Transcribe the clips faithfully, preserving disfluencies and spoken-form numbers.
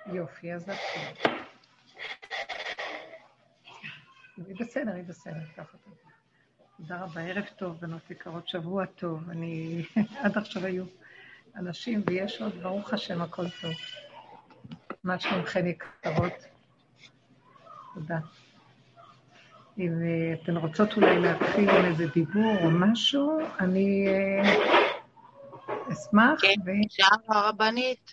יופי, אז נתחיל. היא בסדר, היא בסדר, ככה טוב. תודה רבה, ערב טוב, בנות יקרות, שבוע טוב. אני, עד עכשיו היו אנשים, ויש עוד, ברוך השם, הכל טוב. מה שלומכן יקרות? תודה. אם אתן רוצות אולי להתחיל עם איזה דיבור או משהו, אני אשמח. כן, אפשר הרבנית.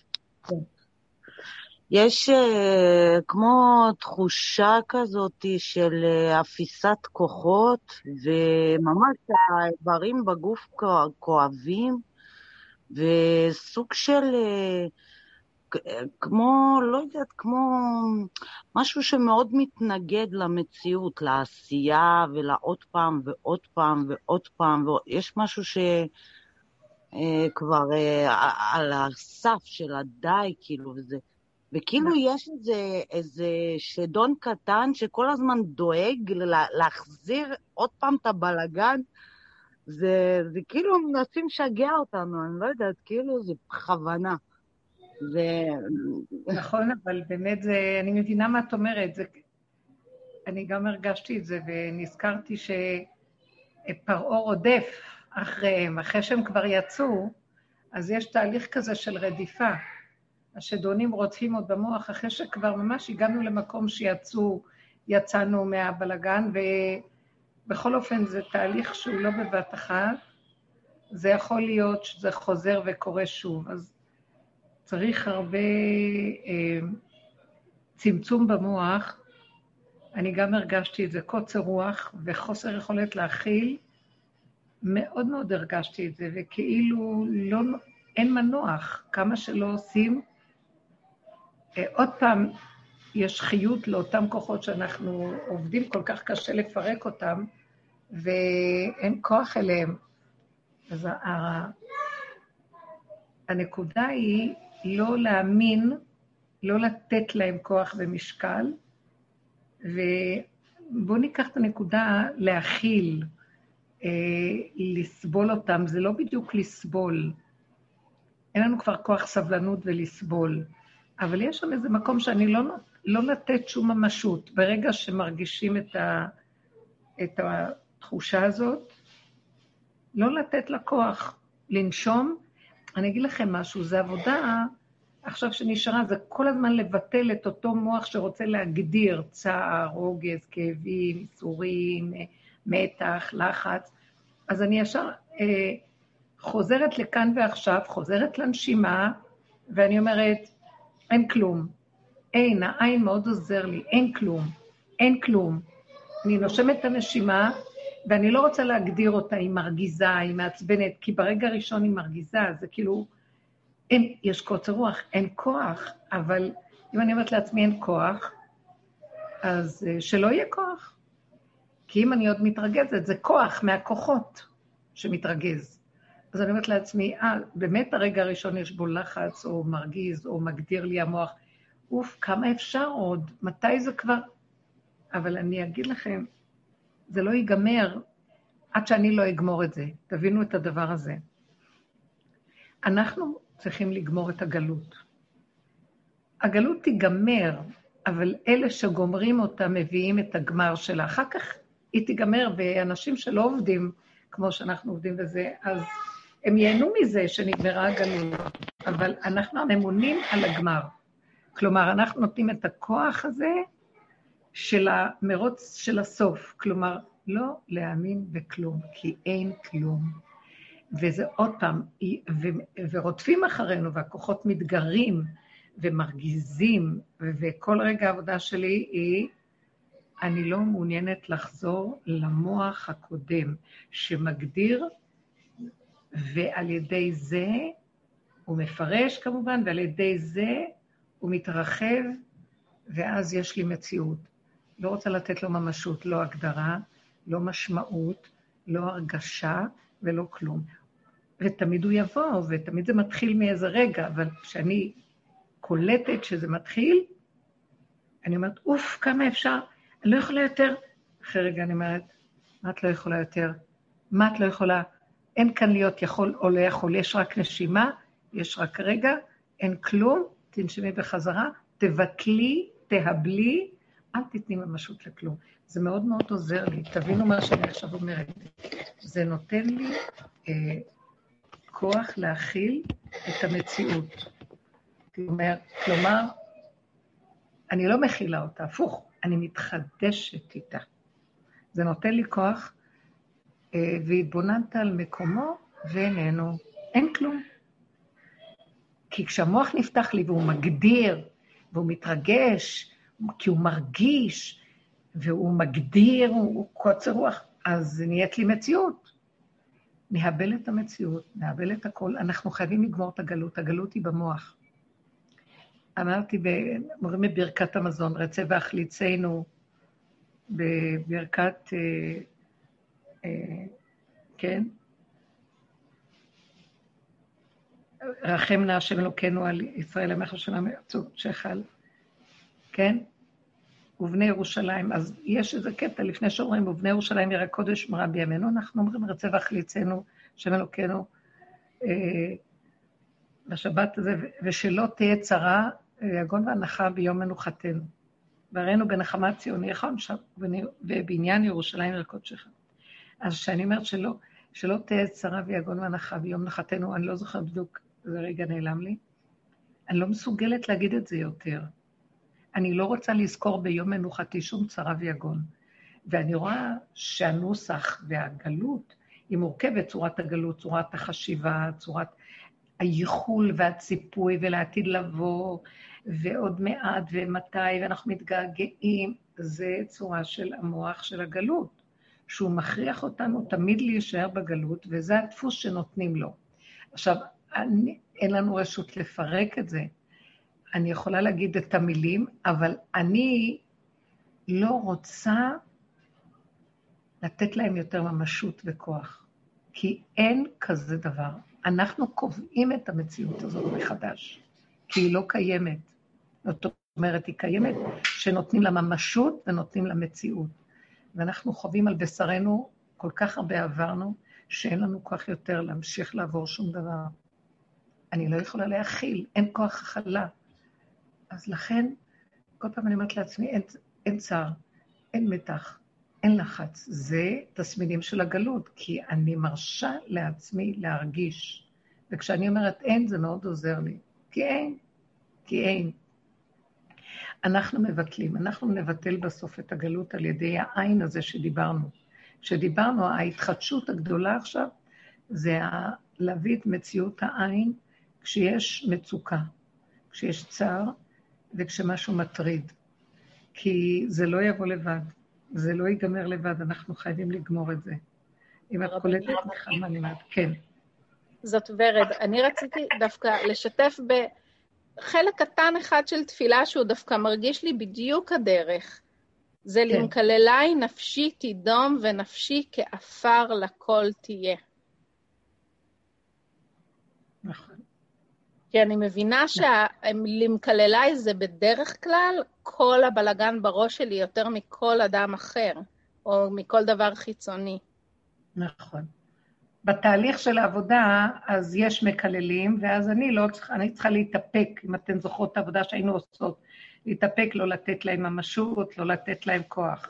יש uh, כמו תחושה כזאת של uh, אפיסת כוחות, וממש האיברים בגוף כואבים, וסוג של uh, כמו, לא יודעת, כמו משהו שמאוד מתנגד למציאות, לעשייה, ולעוד פעם ועוד פעם ועוד פעם, ויש משהו ש... כבר על הסף של הדי, כאילו, וזה, וכאילו יש איזה, איזה שדון קטן שכל הזמן דואג להחזיר עוד פעם את הבלגן, זה, זה כאילו מנסים לשגע אותנו, אני לא יודעת, כאילו זה בכוונה. זה... נכון, אבל באמת זה, אני מבינה מה את אומרת, זה, אני גם הרגשתי את זה, ונזכרתי שפרעה רודף אחריהם, אחרי שהם כבר יצאו, אז יש תהליך כזה של רדיפה. השדונים רודפים עוד במוח, אחרי שכבר ממש הגענו למקום שיצאו, יצאנו מהבלגן, ובכל אופן זה תהליך שהוא לא בבת אחת, זה יכול להיות שזה חוזר וקורה שוב, אז צריך הרבה אה, צמצום במוח, אני גם הרגשתי את זה, קוצר רוח וחוסר יכולת להכיל, מאוד מאוד הרגשתי את זה, וכאילו לא, אין מנוח, כמה שלא עושים. עוד פעם, יש חיות לאותם כוחות שאנחנו עובדים כל כך קשה לפרק אותם, ואין כוח אליהם. אז הנקודה היא לא להאמין, לא לתת להם כוח ומשקל, ובואו ניקח את הנקודה להכיל, לסבול אותם, זה לא בדיוק לסבול. אין לנו כבר כוח סבלנות ולסבול. אבל יש שם איזה מקום שאני לא, לא לתת שום ממשות. ברגע שמרגישים את, ה, את התחושה הזאת, לא לתת לה כוח, לנשום. אני אגיד לכם משהו, זה עבודה, עכשיו שנשארה, זה כל הזמן לבטל את אותו מוח שרוצה להגדיר צער, רוגז, כאבים, איסורים, מתח, לחץ. אז אני ישר אה, חוזרת לכאן ועכשיו, חוזרת לנשימה, ואני אומרת, אין כלום. אין, העין מאוד עוזר לי, אין כלום, אין כלום. אני נושמת את הנשימה, ואני לא רוצה להגדיר אותה, היא מרגיזה, היא מעצבנת, כי ברגע הראשון היא מרגיזה, זה כאילו, אין, יש קוצר רוח, אין כוח, אבל אם אני אומרת לעצמי אין כוח, אז שלא יהיה כוח. כי אם אני עוד מתרגזת, זה כוח מהכוחות שמתרגז. אז אני אומרת לעצמי, אה, באמת הרגע הראשון יש בו לחץ, או מרגיז, או מגדיר לי המוח, אוף, כמה אפשר עוד? מתי זה כבר? אבל אני אגיד לכם, זה לא ייגמר עד שאני לא אגמור את זה. תבינו את הדבר הזה. אנחנו צריכים לגמור את הגלות. הגלות תיגמר, אבל אלה שגומרים אותה מביאים את הגמר שלה. אחר כך היא תיגמר, ואנשים שלא עובדים כמו שאנחנו עובדים בזה, אז הם ייהנו מזה שנגמרה הגלות. אבל אנחנו הממונים על הגמר. כלומר, אנחנו נותנים את הכוח הזה של המרוץ של הסוף. כלומר, לא להאמין בכלום, כי אין כלום. וזה עוד פעם, ו- ורודפים אחרינו, והכוחות מתגרים ומרגיזים, וכל רגע העבודה שלי היא, אני לא מעוניינת לחזור למוח הקודם, שמגדיר, ועל ידי זה הוא מפרש כמובן, ועל ידי זה הוא מתרחב, ואז יש לי מציאות. לא רוצה לתת לו ממשות, לא הגדרה, לא משמעות, לא הרגשה ולא כלום. ותמיד הוא יבוא, ותמיד זה מתחיל מאיזה רגע, אבל כשאני קולטת שזה מתחיל, אני אומרת, אוף, כמה אפשר? אני לא יכולה יותר. אחרי רגע אני אומרת, מה את לא יכולה יותר? מה את לא יכולה? אין כאן להיות יכול או לא יכול, יש רק נשימה, יש רק רגע, אין כלום, תנשמי בחזרה, תבטלי, תהבלי, אל תתני ממשות לכלום. זה מאוד מאוד עוזר לי. תבינו מה שאני עכשיו אומרת. זה נותן לי אה, כוח להכיל את המציאות. כלומר, כלומר, אני לא מכילה אותה, הפוך, אני מתחדשת איתה. זה נותן לי כוח, אה, והתבוננת על מקומו, ואיננו, אין כלום. כי כשהמוח נפתח לי והוא מגדיר, והוא מתרגש, כי הוא מרגיש, והוא מגדיר, הוא קוצר רוח, אז נהיית לי מציאות. נהבל את המציאות, נהבל את הכל. אנחנו חייבים לגמור את הגלות, הגלות היא במוח. אמרתי, אומרים בברכת המזון, רצה והחליצנו, בברכת, אה, אה, כן? רחם נא השם אלוקינו על ישראל המלך שלנו שחל, כן? ובני ירושלים, אז יש איזה קטע לפני שאומרים, ובני ירושלים ירא קודש מרא בימינו, אנחנו אומרים רצה והחליצנו, השם אלוקינו, אה, בשבת הזה, ושלא תהיה צרה, יגון והנחה ביום מנוחתנו. והראינו בנחמה ציוני נכון שם, ובעניין ירושלים ירא קודשך. אז שאני אומרת שלא, שלא תהיה צרה ויגון והנחה ביום מנוחתנו, אני לא זוכר בדיוק, זה רגע נעלם לי. אני לא מסוגלת להגיד את זה יותר. אני לא רוצה לזכור ביום מנוחתי שום צרה ויגון. ואני רואה שהנוסח והגלות היא מורכבת, צורת הגלות, צורת החשיבה, צורת הייחול והציפוי ולעתיד לבוא, ועוד מעט ומתי, ואנחנו מתגעגעים. זה צורה של המוח של הגלות, שהוא מכריח אותנו תמיד להישאר בגלות, וזה הדפוס שנותנים לו. עכשיו, אני, אין לנו רשות לפרק את זה. אני יכולה להגיד את המילים, אבל אני לא רוצה לתת להם יותר ממשות וכוח, כי אין כזה דבר. אנחנו קובעים את המציאות הזאת מחדש, כי היא לא קיימת. זאת אומרת, היא קיימת שנותנים לה ממשות ונותנים לה מציאות. ואנחנו חווים על בשרנו, כל כך הרבה עברנו, שאין לנו כוח יותר להמשיך לעבור שום דבר. אני לא יכולה להכיל, אין כוח הכלה. אז לכן, כל פעם אני אומרת לעצמי, אין, אין צער, אין מתח, אין לחץ. זה תסמינים של הגלות, כי אני מרשה לעצמי להרגיש. וכשאני אומרת אין, זה מאוד עוזר לי. כי אין, כי אין. אנחנו מבטלים, אנחנו נבטל בסוף את הגלות על ידי העין הזה שדיברנו. כשדיברנו, ההתחדשות הגדולה עכשיו, זה להביא את מציאות העין כשיש מצוקה, כשיש צער, וכשמשהו מטריד. כי זה לא יבוא לבד, זה לא ייגמר לבד, אנחנו חייבים לגמור את זה. אם את קולטת נחמה, אני אומרת, כן. זאת ורד, אני רציתי דווקא לשתף בחלק קטן אחד של תפילה, שהוא דווקא מרגיש לי בדיוק הדרך. זה כן. למקללי נפשי תידום ונפשי כאפר לכל תהיה. נכון. כי אני מבינה שלמקללי זה בדרך כלל כל הבלגן בראש שלי יותר מכל אדם אחר, או מכל דבר חיצוני. נכון. בתהליך של העבודה, אז יש מקללים, ואז אני לא צריכה, אני צריכה להתאפק, אם אתן זוכרות את העבודה שהיינו עושות, להתאפק, לא לתת להם ממשות, לא לתת להם כוח,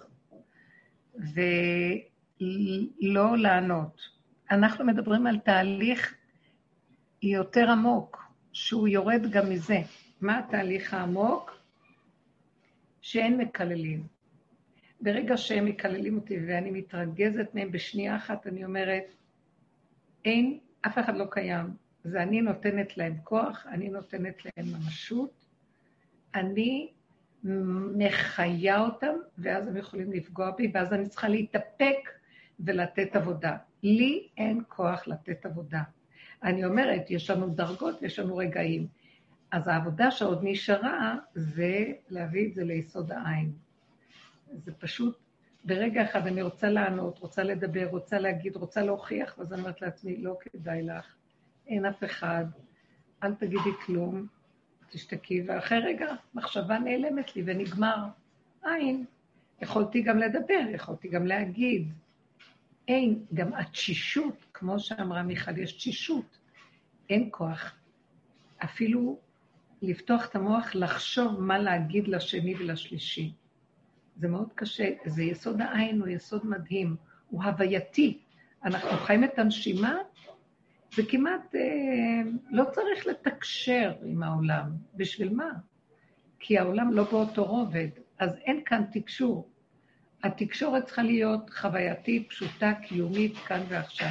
ולא לענות. אנחנו מדברים על תהליך יותר עמוק, שהוא יורד גם מזה. מה התהליך העמוק? שאין מקללים. ברגע שהם מקללים אותי ואני מתרגזת מהם בשנייה אחת, אני אומרת, אין, אף אחד לא קיים. זה אני נותנת להם כוח, אני נותנת להם ממשות, אני מחיה אותם, ואז הם יכולים לפגוע בי, ואז אני צריכה להתאפק ולתת עבודה. לי אין כוח לתת עבודה. אני אומרת, יש לנו דרגות, יש לנו רגעים. אז העבודה שעוד נשארה, זה להביא את זה ליסוד העין. זה פשוט, ברגע אחד אני רוצה לענות, רוצה לדבר, רוצה להגיד, רוצה להוכיח, ואז אני אומרת לעצמי, לא כדאי לך, אין אף אחד, אל תגידי כלום, תשתקי, ואחרי רגע מחשבה נעלמת לי ונגמר. עין, יכולתי גם לדבר, יכולתי גם להגיד. אין, גם התשישות, כמו שאמרה מיכל, יש תשישות. אין כוח. אפילו לפתוח את המוח, לחשוב מה להגיד לשני ולשלישי. זה מאוד קשה, זה יסוד העין, הוא יסוד מדהים, הוא הווייתי. אנחנו חיים את הנשימה, וכמעט אה, לא צריך לתקשר עם העולם. בשביל מה? כי העולם לא באותו רובד, אז אין כאן תקשור. התקשורת צריכה להיות חווייתית, פשוטה, קיומית, כאן ועכשיו.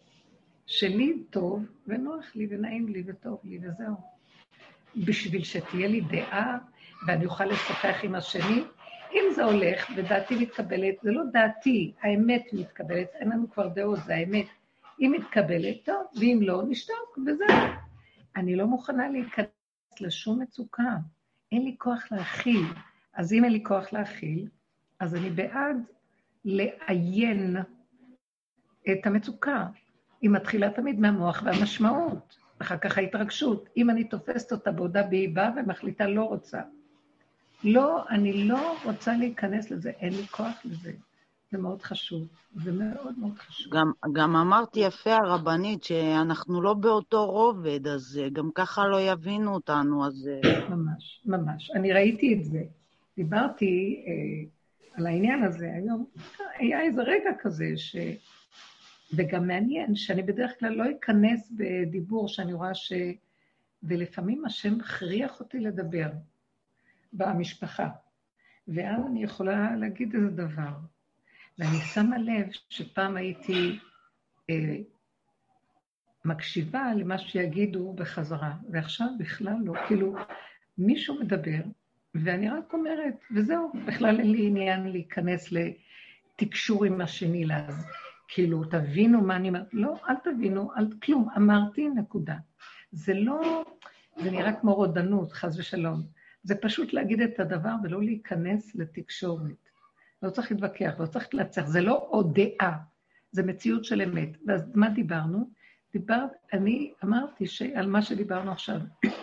שלי טוב ונוח לי ונעים לי וטוב לי וזהו. בשביל שתהיה לי דעה ואני אוכל לשוחח עם השני, אם זה הולך ודעתי מתקבלת, זה לא דעתי, האמת מתקבלת, אין לנו כבר דעות, זה האמת. אם מתקבלת, טוב, ואם לא, נשתוק, וזהו. אני לא מוכנה להיכנס לשום מצוקה, אין לי כוח להכיל. אז אם אין לי כוח להכיל, אז אני בעד לעיין את המצוקה. היא מתחילה תמיד מהמוח והמשמעות, אחר כך ההתרגשות. אם אני תופסת אותה בעודה באיבה ומחליטה לא רוצה. לא, אני לא רוצה להיכנס לזה, אין לי כוח לזה. זה מאוד חשוב, זה מאוד מאוד חשוב. גם, גם אמרתי יפה הרבנית שאנחנו לא באותו רובד, אז גם ככה לא יבינו אותנו, אז... ממש, ממש. אני ראיתי את זה. דיברתי אה, על העניין הזה היום. היה איזה רגע כזה ש... וגם מעניין שאני בדרך כלל לא אכנס בדיבור שאני רואה ש... ולפעמים השם הכריח אותי לדבר במשפחה. ואז אני יכולה להגיד איזה דבר. ואני שמה לב שפעם הייתי אה, מקשיבה למה שיגידו בחזרה, ועכשיו בכלל לא, כאילו מישהו מדבר, ואני רק אומרת, וזהו, בכלל אין לי עניין להיכנס לתקשור עם השני, אז כאילו, תבינו מה אני אומרת, לא, אל תבינו, אל כלום, אמרתי נקודה. זה לא, זה נראה כמו רודנות, חס ושלום, זה פשוט להגיד את הדבר ולא להיכנס לתקשורת. לא צריך להתווכח, לא צריך להצליח, זה לא עוד דעה, זה מציאות של אמת. ואז מה דיברנו? דיבר, אני אמרתי שעל מה שדיברנו עכשיו,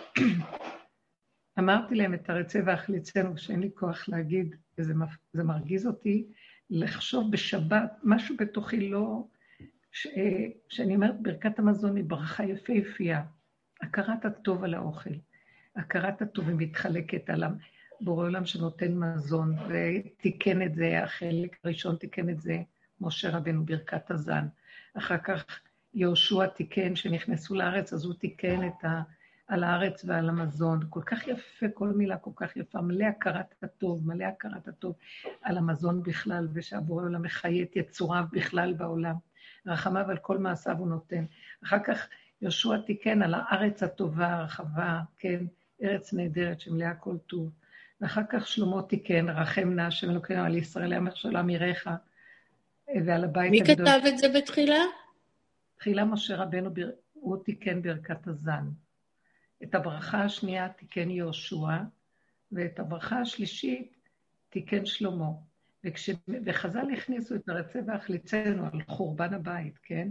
אמרתי להם את הרצה והחליצנו, שאין לי כוח להגיד, וזה זה מרגיז אותי, לחשוב בשבת, משהו בתוכי לא, ש, שאני אומרת, ברכת המזון היא ברכה יפהפייה, הכרת הטוב על האוכל, הכרת הטוב היא מתחלקת על בורא עולם שנותן מזון, ותיקן את זה, החלק הראשון תיקן את זה, משה רבנו ברכת הזן, אחר כך יהושע תיקן שנכנסו לארץ, אז הוא תיקן את ה... על הארץ ועל המזון, כל כך יפה, כל מילה כל כך יפה, מלא הכרת הטוב, מלא הכרת הטוב על המזון בכלל, ושהבורא עולם מחיה את יצוריו בכלל בעולם, רחמיו על כל מעשיו הוא נותן. אחר כך יהושע תיקן על הארץ הטובה, הרחבה, כן, ארץ נהדרת שמלאה כל טוב. ואחר כך שלמה תיקן, רחם נא השם אלוקינו על ישראל, יאמר שלום יראך, ועל הבית מי הגדול. מי כתב את זה בתחילה? תחילה משה רבנו, הוא תיקן ברכת הזן. את הברכה השנייה תיקן יהושע, ואת הברכה השלישית תיקן שלמה. וכש... וחז"ל הכניסו את הרצה והחליצנו על חורבן הבית, כן?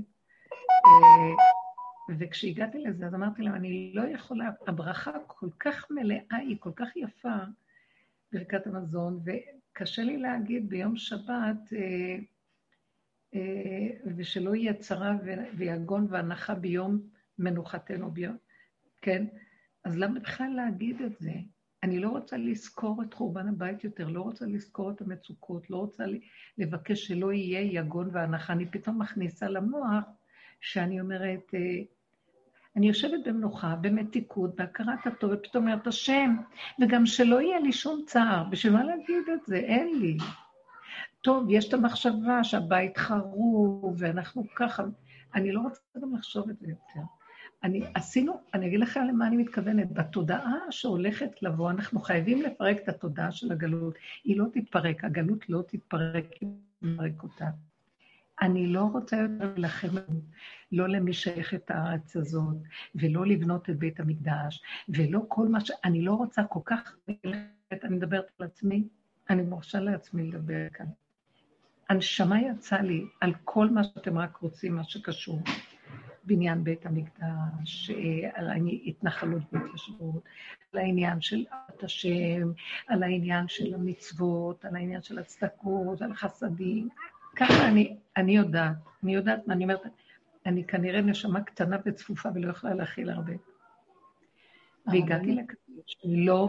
וכשהגעתי לזה, אז אמרתי להם, אני לא יכולה, הברכה כל כך מלאה, היא כל כך יפה, ברכת המזון, וקשה לי להגיד ביום שבת, אה, אה, ושלא יהיה צרה ויגון והנחה ביום מנוחתנו ביום, כן? אז למה בכלל להגיד את זה? אני לא רוצה לזכור את חורבן הבית יותר, לא רוצה לזכור את המצוקות, לא רוצה לבקש שלא יהיה יגון והנחה. אני פתאום מכניסה למוח שאני אומרת, אני יושבת במנוחה, במתיקות, בהכרת הטוב, ופתאום אומרת השם, וגם שלא יהיה לי שום צער, בשביל מה להגיד את זה? אין לי. טוב, יש את המחשבה שהבית חרוב, ואנחנו ככה, אני לא רוצה גם לחשוב את זה יותר. אני, עשינו, אני אגיד לך למה אני מתכוונת, בתודעה שהולכת לבוא, אנחנו חייבים לפרק את התודעה של הגלות, היא לא תתפרק, הגלות לא תתפרק, היא תתפרק אותה. אני לא רוצה יותר לכם, לא למי שייך את הארץ הזאת, ולא לבנות את בית המקדש, ולא כל מה ש... אני לא רוצה כל כך, אני מדברת על עצמי, אני מרשה לעצמי לדבר כאן. הנשמה יצא לי על כל מה שאתם רק רוצים, מה שקשור. בניין בית המקדש, על ההתנחלות בהתיישבות, על העניין של אהבת השם, על העניין של המצוות, על העניין של הצדקות, על חסדים. ככה אני, אני יודעת, אני יודעת מה אני אומרת, אני כנראה נשמה קטנה וצפופה ולא יכולה להכיל הרבה. והגעתי לכתוב שאני לא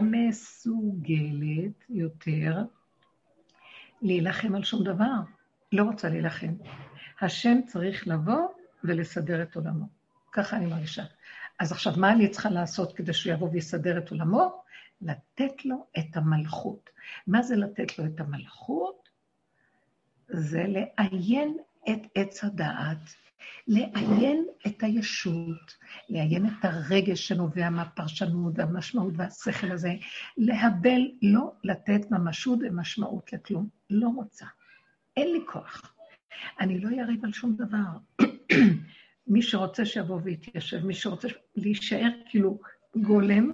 מסוגלת יותר להילחם על שום דבר. לא רוצה להילחם. השם צריך לבוא ולסדר את עולמו. ככה אני מרגישה. אז עכשיו, מה אני צריכה לעשות כדי שהוא יבוא ויסדר את עולמו? לתת לו את המלכות. מה זה לתת לו את המלכות? זה לעיין את עץ הדעת, לעיין את הישות, לעיין את הרגש שנובע מהפרשנות והמשמעות והשכל הזה, להבל, לא לתת ממשות ומשמעות לכלום. לא רוצה. אין לי כוח. אני לא יריב על שום דבר. מי שרוצה שיבוא ויתיישב, מי שרוצה להישאר כאילו גולם,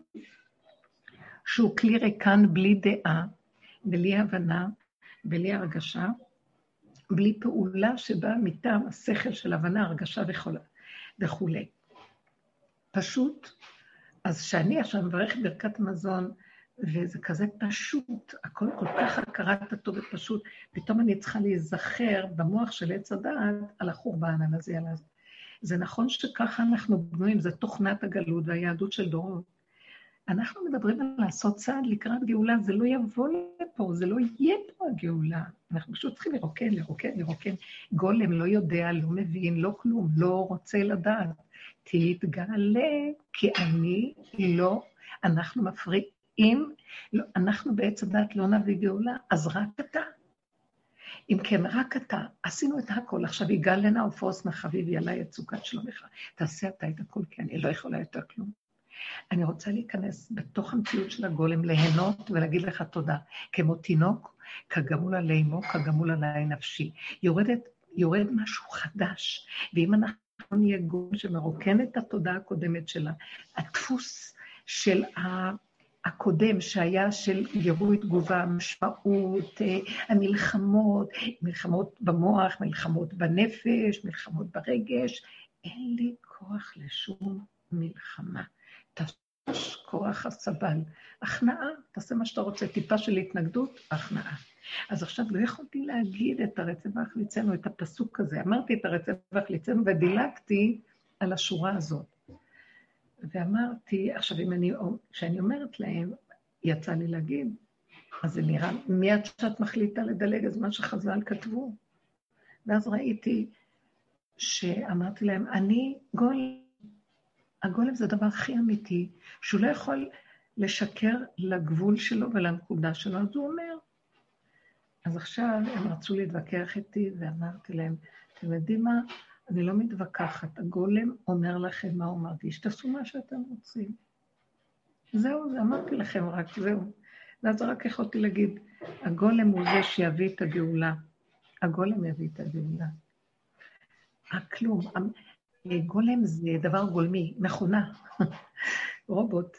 שהוא כלי ריקן בלי דעה, בלי הבנה, בלי הרגשה, בלי פעולה שבאה מטעם השכל של הבנה, הרגשה וכו'. פשוט, אז שאני עכשיו מברך ברכת מזון, וזה כזה פשוט, הכל כל כך הכרת הטוב ופשוט, פתאום אני צריכה להיזכר במוח של עץ הדעת על החורבן, על הזה, על הזה. זה נכון שככה אנחנו בנויים, זה תוכנת הגלות והיהדות של דורות. אנחנו מדברים על לעשות צעד לקראת גאולה, זה לא יבוא לפה, זה לא יהיה פה הגאולה. אנחנו פשוט צריכים לרוקן, לרוקן, לרוקן. גולם לא יודע, לא מבין, לא כלום, לא רוצה לדעת. תתגלה, כי אני לא, אנחנו מפריעים, לא, אנחנו בעץ הדת לא נביא גאולה, אז רק אתה. אם כן, רק אתה, עשינו את הכל, עכשיו יגאל לנה ופרוס נא חביבי עליי את סוכת שלומך. תעשה אתה את הכל, כי אני לא יכולה יותר כלום. אני רוצה להיכנס בתוך המציאות של הגולם, ליהנות ולהגיד לך תודה. כמו תינוק, כגמול עלי אמו, כגמול עלי נפשי. יורדת, יורד משהו חדש, ואם אנחנו נהיה גולם שמרוקן את התודעה הקודמת שלה, הדפוס של הקודם שהיה של גירוי תגובה, משמעות, המלחמות, מלחמות במוח, מלחמות בנפש, מלחמות ברגש, אין לי כוח לשום מלחמה. תפש כוח הסבל, הכנעה, תעשה מה שאתה רוצה, טיפה של התנגדות, הכנעה. אז עכשיו לא יכולתי להגיד את הרצף והחליצנו, את הפסוק הזה, אמרתי את הרצף והחליצנו ודילגתי על השורה הזאת. ואמרתי, עכשיו אם אני, כשאני אומרת להם, יצא לי להגיד, אז זה נראה, מיד שאת מחליטה לדלג, אז מה שחז"ל כתבו. ואז ראיתי שאמרתי להם, אני גולם, הגולם זה הדבר הכי אמיתי, שהוא לא יכול לשקר לגבול שלו ולנקודה שלו, אז הוא אומר. אז עכשיו הם רצו להתווכח איתי, ואמרתי להם, אתם יודעים מה? אני לא מתווכחת, הגולם אומר לכם מה הוא מרגיש, תעשו מה שאתם רוצים. זהו, זה אמרתי לכם רק, זהו. ואז רק יכולתי להגיד, הגולם הוא זה שיביא את הגאולה. הגולם יביא את הגאולה. הכלום, גולם זה דבר גולמי, מכונה, רובוט.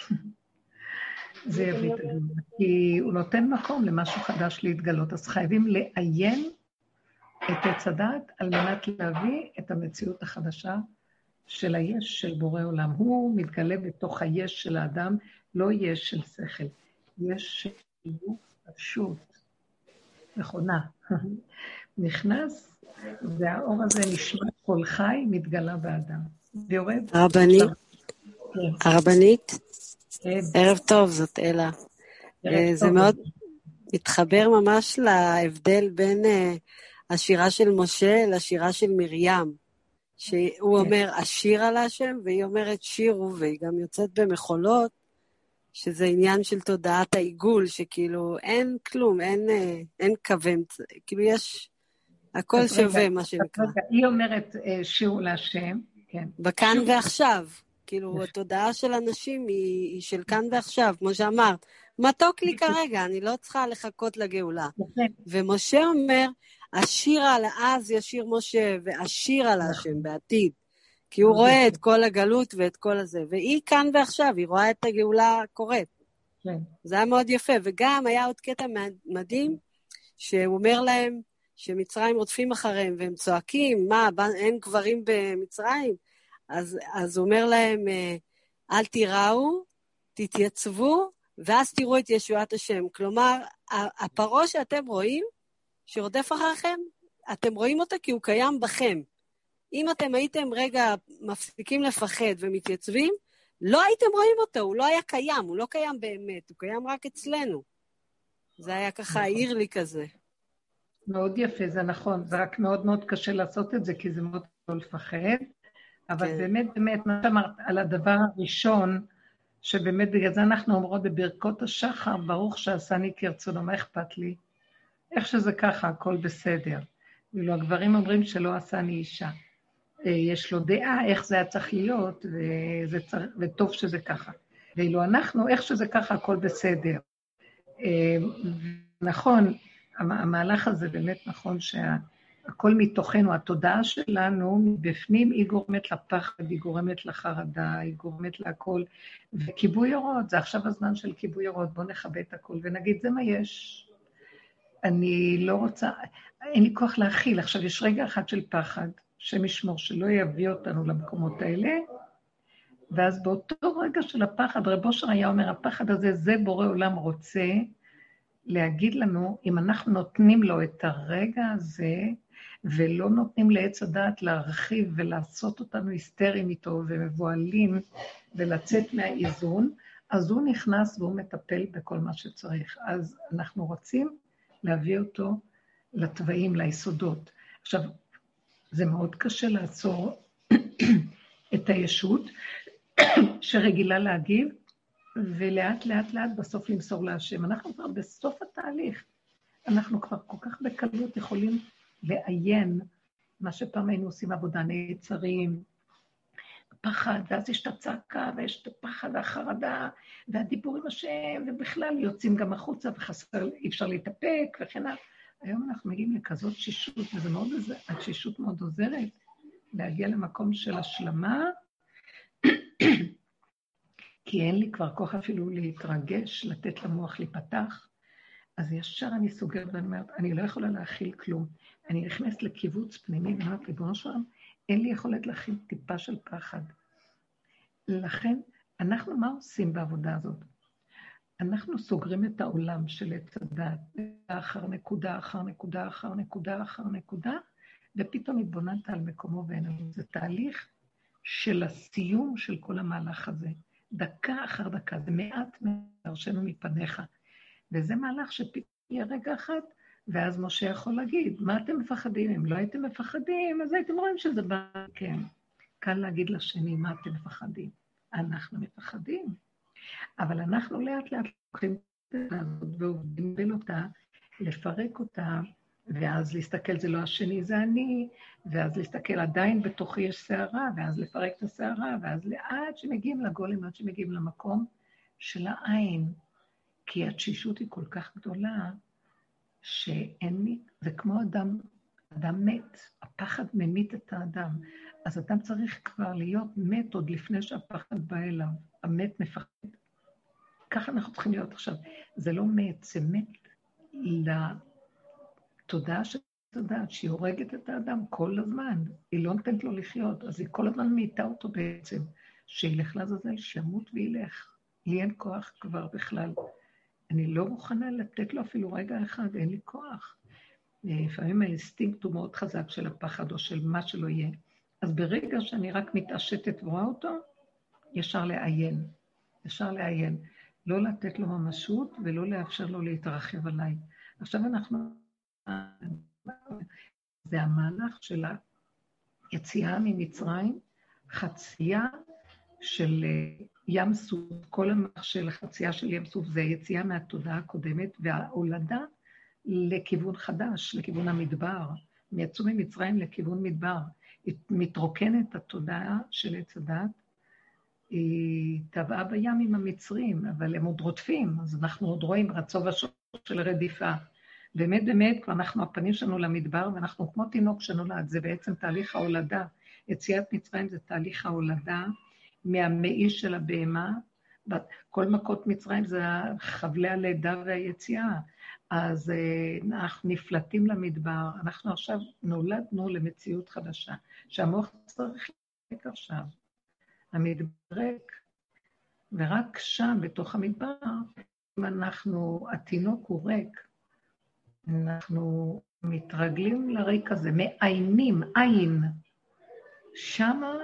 זה יביא את הגאולה, כי הוא נותן מקום למשהו חדש להתגלות, אז חייבים לעיין את עץ הדעת על מנת להביא את המציאות החדשה של היש של בורא עולם. הוא מתגלה בתוך היש של האדם, לא יש של שכל, יש של פשוט, מכונה. נכנס, והאור הזה נשמע כל חי, מתגלה באדם. ויורד. הרבנית, הרבנית, ערב טוב, זאת אלה. זה מאוד מתחבר ממש להבדל בין השירה של משה לשירה של מרים, שהוא אומר, אשיר על השם, והיא אומרת שירו, והיא גם יוצאת במחולות, שזה עניין של תודעת העיגול, שכאילו אין כלום, אין, אין כוון, כאילו יש, הכל שווה רגע, מה שנקרא. רגע, היא אומרת שירו להשם, כן. בכאן שירו. ועכשיו, כאילו התודעה של אנשים היא, היא של כאן ועכשיו, כמו שאמרת, מתוק לי כרגע, אני לא צריכה לחכות לגאולה. ומשה אומר, השיר על אז ישיר משה, והשיר על השם בעתיד. כי הוא רואה את כל הגלות ואת כל הזה, והיא כאן ועכשיו, היא רואה את הגאולה קורית. כן. זה היה מאוד יפה, וגם היה עוד קטע מדהים, שהוא אומר להם שמצרים רודפים אחריהם, והם צועקים, מה, אין גברים במצרים? אז, אז הוא אומר להם, אל תיראו, תתייצבו, ואז תראו את ישועת השם. כלומר, הפרעה שאתם רואים, שרודף אחריכם, אתם רואים אותה כי הוא קיים בכם. אם אתם הייתם רגע מפסיקים לפחד ומתייצבים, לא הייתם רואים אותו, הוא לא היה קיים, הוא לא קיים באמת, הוא קיים רק אצלנו. זה היה ככה, העיר לי כזה. מאוד יפה, זה נכון, זה רק מאוד מאוד קשה לעשות את זה, כי זה מאוד לא לפחד, אבל כן. באמת, באמת, מה שאמרת על הדבר הראשון, שבאמת בגלל זה אנחנו אומרות בברכות השחר, ברוך שעשני כרצונו, מה אכפת לי? איך שזה ככה, הכל בסדר. ואילו הגברים אומרים שלא עשני אישה. יש לו דעה איך זה היה צריך להיות, וזה צריך, וטוב שזה ככה. ואילו אנחנו, איך שזה ככה, הכל בסדר. נכון, המהלך הזה באמת נכון שהכל מתוכנו, התודעה שלנו, בפנים היא גורמת לפחד, היא גורמת לחרדה, היא גורמת להכל, וכיבוי אורות, זה עכשיו הזמן של כיבוי אורות, בואו נכבה את הכל ונגיד, זה מה יש. אני לא רוצה, אין לי כוח להכיל, עכשיו יש רגע אחד של פחד, שמשמור שלא יביא אותנו למקומות האלה, ואז באותו רגע של הפחד, רב אושר היה אומר, הפחד הזה, זה בורא עולם רוצה, להגיד לנו, אם אנחנו נותנים לו את הרגע הזה, ולא נותנים לעץ הדעת להרחיב ולעשות אותנו היסטריים איתו ומבועלים, ולצאת מהאיזון, אז הוא נכנס והוא מטפל בכל מה שצריך. אז אנחנו רוצים להביא אותו לטבעים, ליסודות. עכשיו, זה מאוד קשה לעצור את הישות שרגילה להגיב, ולאט לאט לאט בסוף למסור להשם. אנחנו כבר בסוף התהליך, אנחנו כבר כל כך בקלות יכולים לעיין מה שפעם היינו עושים עבודה, נעצרים, פחד, ואז יש את הצעקה, ויש את הפחד והחרדה, והדיבור עם השם, ובכלל יוצאים גם החוצה, וחסר, אי אפשר להתאפק, וכן הלאה. היום אנחנו מגיעים לכזאת שישות, וזה מאוד, השישות מאוד עוזרת, להגיע למקום של השלמה, כי אין לי כבר כוח אפילו להתרגש, לתת למוח להיפתח, אז ישר אני סוגרת ואני אומרת, אני לא יכולה להכיל כלום. אני נכנסת לקיבוץ פנימי, ואני אומרת, ריבונו של עולם, אין לי יכולת להכיל טיפה של פחד. לכן, אנחנו מה עושים בעבודה הזאת? אנחנו סוגרים את העולם של עץ הדעת, אחר נקודה, אחר נקודה, אחר נקודה, אחר נקודה, ופתאום התבוננת על מקומו ואין. זה תהליך של הסיום של כל המהלך הזה. דקה אחר דקה, זה מעט מהרשנו מפניך. וזה מהלך שפתאום יהיה רגע אחד, ואז משה יכול להגיד, מה אתם מפחדים? אם לא הייתם מפחדים, אז הייתם רואים שזה בא, כן. קל להגיד לשני, מה אתם מפחדים? אנחנו מפחדים. אבל אנחנו לאט לאט לוקחים את הזאת ועובדים בין אותה, לפרק אותה, ואז להסתכל זה לא השני, זה אני, ואז להסתכל עדיין בתוכי יש שערה, ואז לפרק את השערה, ואז לאט שמגיעים לגולם, עד שמגיעים למקום של העין, כי התשישות היא כל כך גדולה, שאין לי, זה כמו אדם, אדם מת, הפחד ממית את האדם, אז אדם צריך כבר להיות מת עוד לפני שהפחד בא אליו, המת מפחד. ככה אנחנו צריכים להיות עכשיו, זה לא מת, זה מת לתודעה של התודעה, שהיא הורגת את האדם כל הזמן, היא לא נותנת לו לחיות, אז היא כל הזמן מאיתה אותו בעצם, שילך לעזאזל, שימות וילך, לי אין כוח כבר בכלל, אני לא מוכנה לתת לו אפילו רגע אחד, אין לי כוח. לפעמים האינסטינקט הוא מאוד חזק של הפחד או של מה שלא יהיה. אז ברגע שאני רק מתעשתת ורואה אותו, ישר לעיין. ישר לעיין. לא לתת לו ממשות ולא לאפשר לו להתרחב עליי. עכשיו אנחנו... זה המהלך של היציאה ממצרים, חצייה של ים סוף, כל המהלך של חצייה של ים סוף זה היציאה מהתודעה הקודמת, וההולדה לכיוון חדש, לכיוון המדבר, מיצאו ממצרים לכיוון מדבר, מתרוקנת התודעה של עץ הדת, היא טבעה בים עם המצרים, אבל הם עוד רודפים, אז אנחנו עוד רואים רצו ושוב של רדיפה. באמת באמת, כבר אנחנו הפנים שלנו למדבר, ואנחנו כמו תינוק שנולד, זה בעצם תהליך ההולדה. יציאת מצרים זה תהליך ההולדה, מהמאי של הבהמה, כל מכות מצרים זה חבלי הלידה והיציאה, אז אנחנו נפלטים למדבר, אנחנו עכשיו נולדנו למציאות חדשה, שהמוח צריך להיק עכשיו, המדבר ריק, ורק שם, בתוך המדבר, אם אנחנו, התינוק הוא ריק, אנחנו מתרגלים לריק הזה, מעיינים, עין, שמה,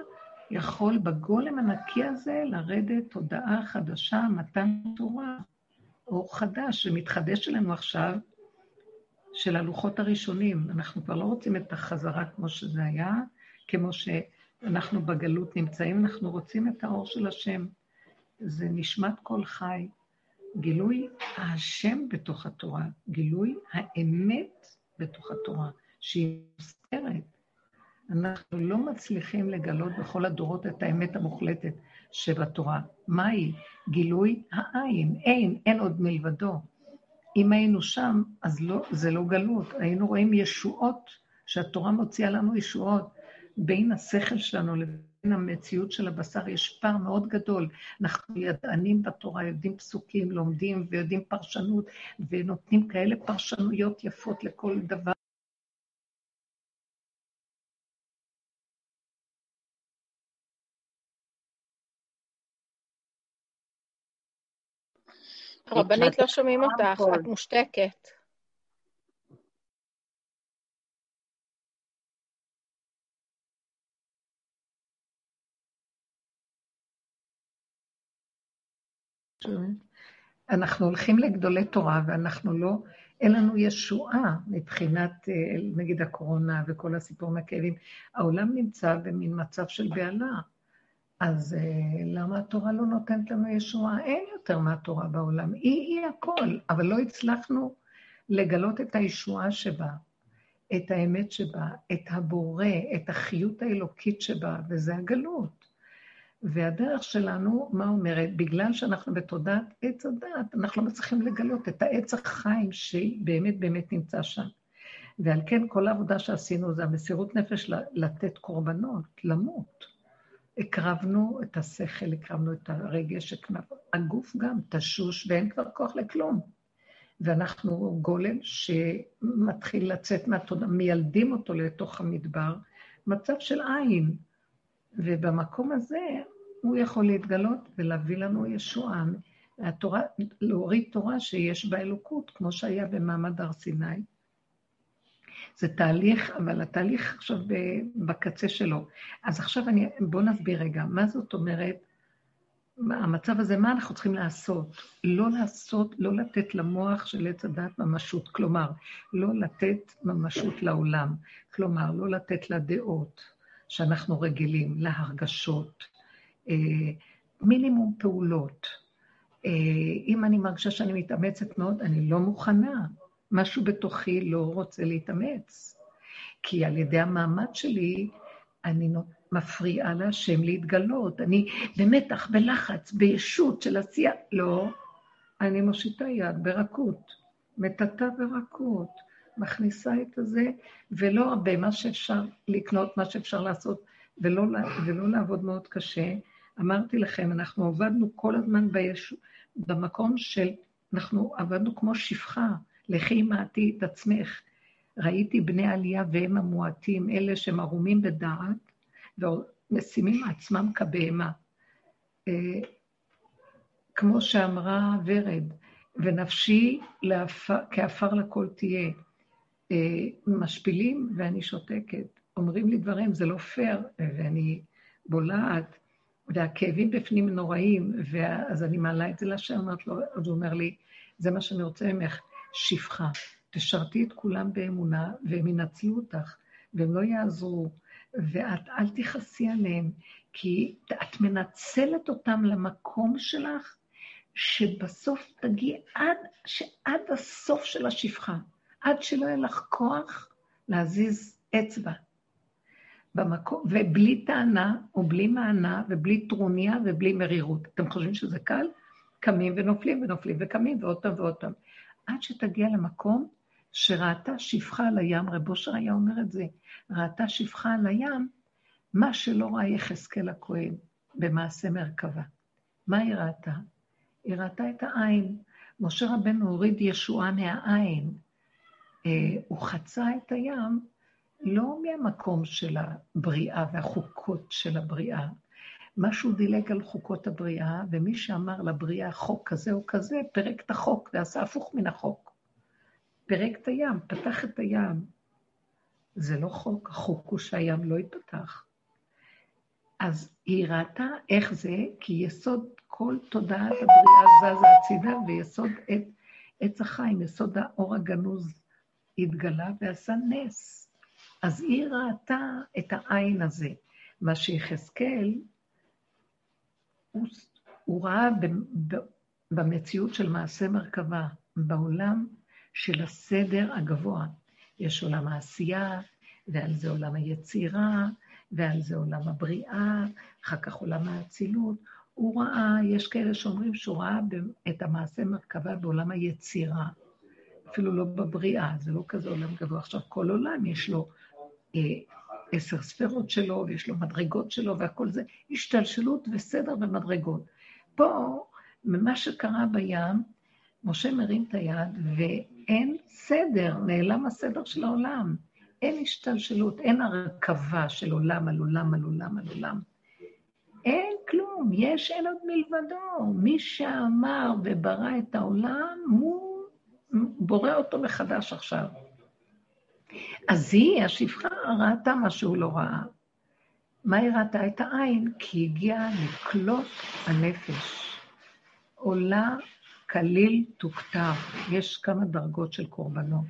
יכול בגולם הנקי הזה לרדת תודעה חדשה, מתן תורה, אור חדש שמתחדש שלנו עכשיו, של הלוחות הראשונים. אנחנו כבר לא רוצים את החזרה כמו שזה היה, כמו שאנחנו בגלות נמצאים, אנחנו רוצים את האור של השם. זה נשמת כל חי. גילוי השם בתוך התורה, גילוי האמת בתוך התורה, שהיא מוסתרת. אנחנו לא מצליחים לגלות בכל הדורות את האמת המוחלטת שבתורה. מהי? גילוי העין. אין, אין עוד מלבדו. אם היינו שם, אז לא, זה לא גלות. היינו רואים ישועות, שהתורה מוציאה לנו ישועות. בין השכל שלנו לבין המציאות של הבשר יש פער מאוד גדול. אנחנו ידענים בתורה, יודעים פסוקים, לומדים ויודעים פרשנות, ונותנים כאלה פרשנויות יפות לכל דבר. רבנית, לא שומעים אותך, את מושתקת. אנחנו הולכים לגדולי תורה, ואנחנו לא, אין לנו ישועה מבחינת, נגיד הקורונה וכל הסיפור מהכאבים. העולם נמצא במין מצב של בעלה. אז למה התורה לא נותנת לנו ישועה? אין יותר מהתורה בעולם. היא היא הכל, אבל לא הצלחנו לגלות את הישועה שבה, את האמת שבה, את הבורא, את החיות האלוקית שבה, וזה הגלות. והדרך שלנו, מה אומרת? בגלל שאנחנו בתודעת עץ הדת, אנחנו לא מצליחים לגלות את העץ החיים שבאמת באמת נמצא שם. ועל כן כל העבודה שעשינו זה המסירות נפש לתת קורבנות, למות. הקרבנו את השכל, הקרבנו את הרגש, הגוף גם תשוש ואין כבר כוח לכלום. ואנחנו גולם שמתחיל לצאת מהתודעה, מיילדים אותו לתוך המדבר, מצב של עין. ובמקום הזה הוא יכול להתגלות ולהביא לנו ישועה. התורה, להוריד תורה שיש בה אלוקות, כמו שהיה במעמד הר סיני. זה תהליך, אבל התהליך עכשיו בקצה שלו. אז עכשיו אני, בוא נסביר רגע, מה זאת אומרת, המצב הזה, מה אנחנו צריכים לעשות? לא לעשות, לא לתת למוח של עץ הדת ממשות, כלומר, לא לתת ממשות לעולם, כלומר, לא לתת לדעות שאנחנו רגילים, להרגשות, מינימום פעולות. אם אני מרגישה שאני מתאמצת מאוד, אני לא מוכנה. משהו בתוכי לא רוצה להתאמץ. כי על ידי המעמד שלי, אני מפריעה להשם להתגלות. אני במתח, בלחץ, בישות של עשייה. לא, אני מושיטה יד ברכות, מטאטה ברכות, מכניסה את הזה, ולא הרבה, מה שאפשר לקנות, מה שאפשר לעשות, ולא, ולא לעבוד מאוד קשה. אמרתי לכם, אנחנו עבדנו כל הזמן בישו, במקום של, אנחנו עבדנו כמו שפחה, לכי מעטי את עצמך. ראיתי בני עלייה והם המועטים, אלה שמרומים בדעת, ומשימים עצמם כבהמה. כמו שאמרה ורד, ונפשי כאפר לכל תהיה. משפילים ואני שותקת. אומרים לי דברים, זה לא פייר, ואני בולעת, והכאבים בפנים נוראים, ואז אני מעלה את זה לשם, אז הוא אומר לי, זה מה שאני רוצה ממך, שפחה, תשרתי את כולם באמונה, והם ינצלו אותך, והם לא יעזרו, ואת אל תכעסי עליהם, כי את מנצלת אותם למקום שלך, שבסוף תגיע עד, שעד הסוף של השפחה, עד שלא יהיה לך כוח להזיז אצבע. במקום, ובלי טענה, או בלי מענה, ובלי טרוניה, ובלי מרירות. אתם חושבים שזה קל? קמים ונופלים ונופלים וקמים ואותם ואותם. עד שתגיע למקום שראתה שפחה על הים, רב אושר היה אומר את זה, ראתה שפחה על הים, מה שלא ראה יחזקאל הכהן במעשה מרכבה. מה היא ראתה? היא ראתה את העין. משה רבנו הוריד ישועה מהעין. הוא חצה את הים, לא מהמקום של הבריאה והחוקות של הבריאה. משהו דילג על חוקות הבריאה, ומי שאמר לבריאה חוק כזה או כזה, פרק את החוק ועשה הפוך מן החוק. פרק את הים, פתח את הים. זה לא חוק, החוק הוא שהים לא יתפתח. אז היא ראתה איך זה, כי יסוד כל תודעת הבריאה זזה הצידה, ויסוד את עץ החיים, יסוד האור הגנוז התגלה ועשה נס. אז היא ראתה את העין הזה. מה שיחזקאל, הוא, הוא ראה ב, ב, במציאות של מעשה מרכבה, בעולם של הסדר הגבוה. יש עולם העשייה, ועל זה עולם היצירה, ועל זה עולם הבריאה, אחר כך עולם האצילות. הוא ראה, יש כאלה שאומרים שהוא ראה את המעשה מרכבה בעולם היצירה, אפילו לא בבריאה, זה לא כזה עולם גבוה. עכשיו, כל עולם יש לו אה, עשר ספרות שלו, ויש לו מדרגות שלו, והכל זה השתלשלות וסדר ומדרגות. פה, ממה שקרה בים, משה מרים את היד, ואין סדר, נעלם הסדר של העולם. אין השתלשלות, אין הרכבה של עולם על עולם על עולם על עולם. אין כלום, יש אין עוד מלבדו. מי שאמר וברא את העולם, הוא בורא אותו מחדש עכשיו. אז היא, השפחה, ראתה מה שהוא לא ראה. מה היא ראתה? את העין? כי הגיעה לקלוט הנפש. עולה כליל תוכתר. יש כמה דרגות של קורבנות.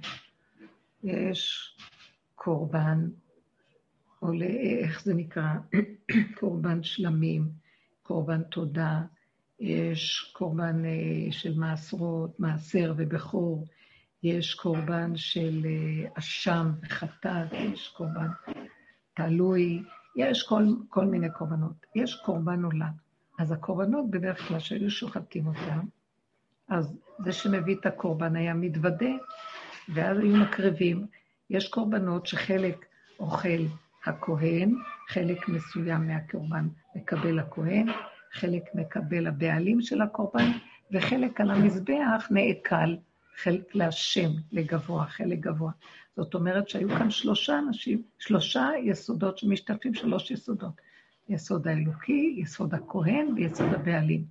יש קורבן, או איך זה נקרא? קורבן שלמים, קורבן תודה, יש קורבן של מעשרות, מעשר ובחור, יש קורבן של אשם וחטאת, יש קורבן תלוי, יש כל, כל מיני קורבנות. יש קורבן עולה. אז הקורבנות בדרך כלל שהיו שוחטים אותם, אז זה שמביא את הקורבן היה מתוודה, ואז היו מקרבים. יש קורבנות שחלק אוכל הכהן, חלק מסוים מהקורבן מקבל הכהן, חלק מקבל הבעלים של הקורבן, וחלק על המזבח נעקל, חלק להשם, לגבוה, חלק גבוה. זאת אומרת שהיו כאן שלושה אנשים, שלושה יסודות שמשתתפים, שלוש יסודות. יסוד האלוקי, יסוד הכהן ויסוד הבעלים.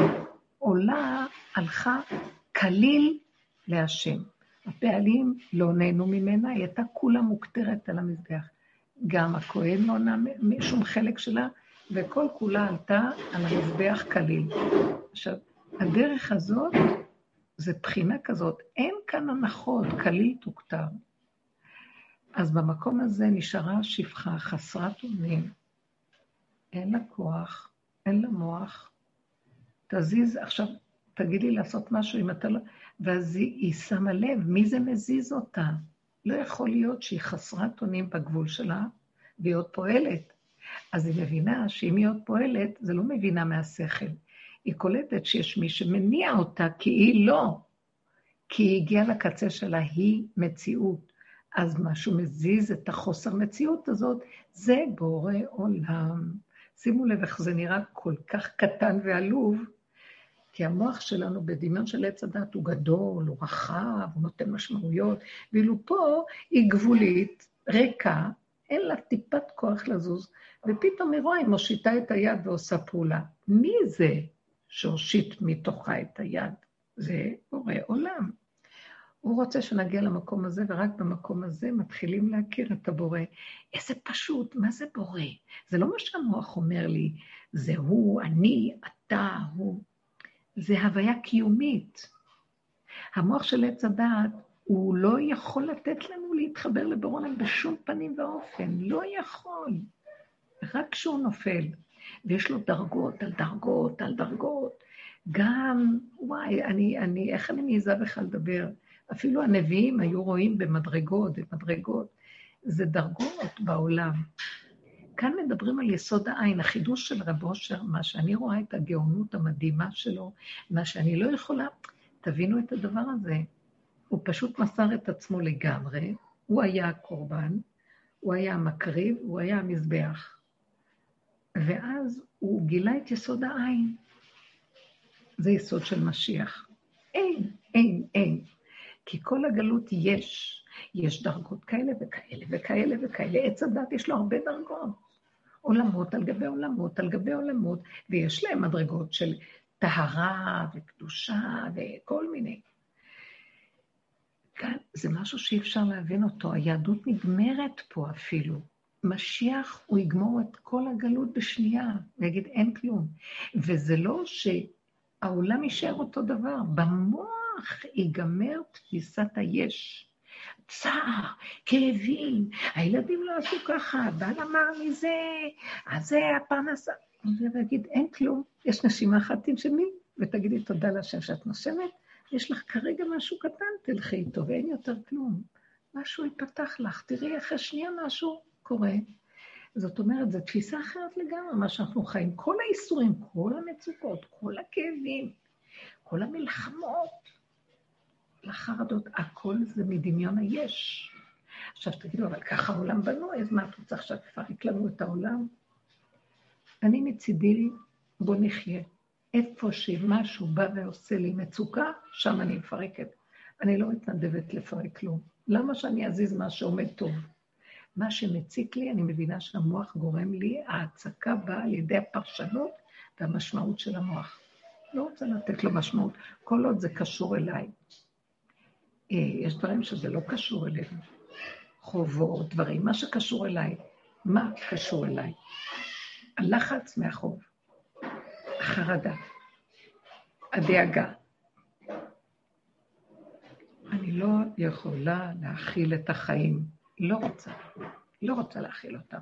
עולה הלכה כליל להשם. הבעלים לא נהנו ממנה, היא הייתה כולה מוקטרת על המזבח. גם הכהן לא נהנה משום חלק שלה, וכל כולה עלתה על המזבח כליל. עכשיו, הדרך הזאת, זה בחינה כזאת, אין כאן הנחות, כליל תוכתר. אז במקום הזה נשארה שפחה חסרת אונים, אין לה כוח, אין לה מוח, תזיז, עכשיו תגידי לעשות משהו אם אתה לא, ואז היא, היא שמה לב, מי זה מזיז אותה? לא יכול להיות שהיא חסרת אונים בגבול שלה, והיא עוד פועלת. אז היא מבינה שאם היא עוד פועלת, זה לא מבינה מהשכל. היא קולטת שיש מי שמניע אותה, כי היא לא. כי היא הגיעה לקצה שלה, היא מציאות. אז משהו מזיז את החוסר מציאות הזאת, זה בורא עולם. שימו לב איך זה נראה כל כך קטן ועלוב, כי המוח שלנו בדמיון של עץ הדת הוא גדול, הוא רחב, הוא נותן משמעויות, ואילו פה היא גבולית, ריקה, אין לה טיפת כוח לזוז, ופתאום היא רואה, היא מושיטה את היד ועושה פעולה. מי זה שהושיט מתוכה את היד? זה בורא עולם. הוא רוצה שנגיע למקום הזה, ורק במקום הזה מתחילים להכיר את הבורא. איזה פשוט, מה זה בורא? זה לא מה שהמוח אומר לי, זה הוא, אני, אתה, הוא. זה הוויה קיומית. המוח של עץ הדעת, הוא לא יכול לתת לנו להתחבר לבורא עולם בשום פנים ואופן, לא יכול. רק כשהוא נופל, ויש לו דרגות על דרגות על דרגות. גם, וואי, אני, אני, איך אני מעיזה בך לדבר? אפילו הנביאים היו רואים במדרגות, במדרגות. זה דרגות בעולם. כאן מדברים על יסוד העין, החידוש של רב אושר, מה שאני רואה את הגאונות המדהימה שלו, מה שאני לא יכולה, תבינו את הדבר הזה. הוא פשוט מסר את עצמו לגמרי, הוא היה הקורבן, הוא היה המקריב, הוא היה המזבח. ואז הוא גילה את יסוד העין. זה יסוד של משיח. אין, אין, אין. כי כל הגלות יש. יש דרגות כאלה וכאלה וכאלה וכאלה. עץ הדת יש לו הרבה דרגות. עולמות על גבי עולמות על גבי עולמות, ויש להם מדרגות של טהרה וקדושה וכל מיני. כאן זה משהו שאי אפשר להבין אותו. היהדות נגמרת פה אפילו. משיח הוא יגמור את כל הגלות בשנייה, ויגיד אין כלום. וזה לא שהעולם יישאר אותו דבר, במוח ייגמר תפיסת היש. צער, כאבים, הילדים לא עשו ככה, בעל אמר לי זה, אז זה הפרנסה. ויגיד אין כלום, יש נשימה אחת תנשמי, ותגידי תודה להשם שאת נושמת, יש לך כרגע משהו קטן, תלכי איתו, ואין יותר כלום. משהו ייפתח לך, תראי אחרי שנייה משהו קורה. זאת אומרת, זו תפיסה אחרת לגמרי, מה שאנחנו חיים. כל האיסורים, כל המצוקות, כל הכאבים, כל המלחמות, לחרדות, הכל זה מדמיון היש. עכשיו תגידו, אבל ככה העולם בנוי, אז מה את רוצה עכשיו לפרק לנו את העולם? אני מצידי, בוא נחיה. איפה שמשהו בא ועושה לי מצוקה, שם אני מפרקת. אני לא מתנדבת לפרק כלום. למה שאני אזיז מה שעומד טוב? מה שמציק לי, אני מבינה שהמוח גורם לי, ההצקה באה על ידי הפרשנות והמשמעות של המוח. לא רוצה לתת לו משמעות, כל עוד זה קשור אליי. יש דברים שזה לא קשור אלינו. חובות, דברים, מה שקשור אליי. מה קשור אליי? הלחץ מהחוב, החרדה, הדאגה. אני לא יכולה להכיל את החיים. לא רוצה, לא רוצה להכיל אותם.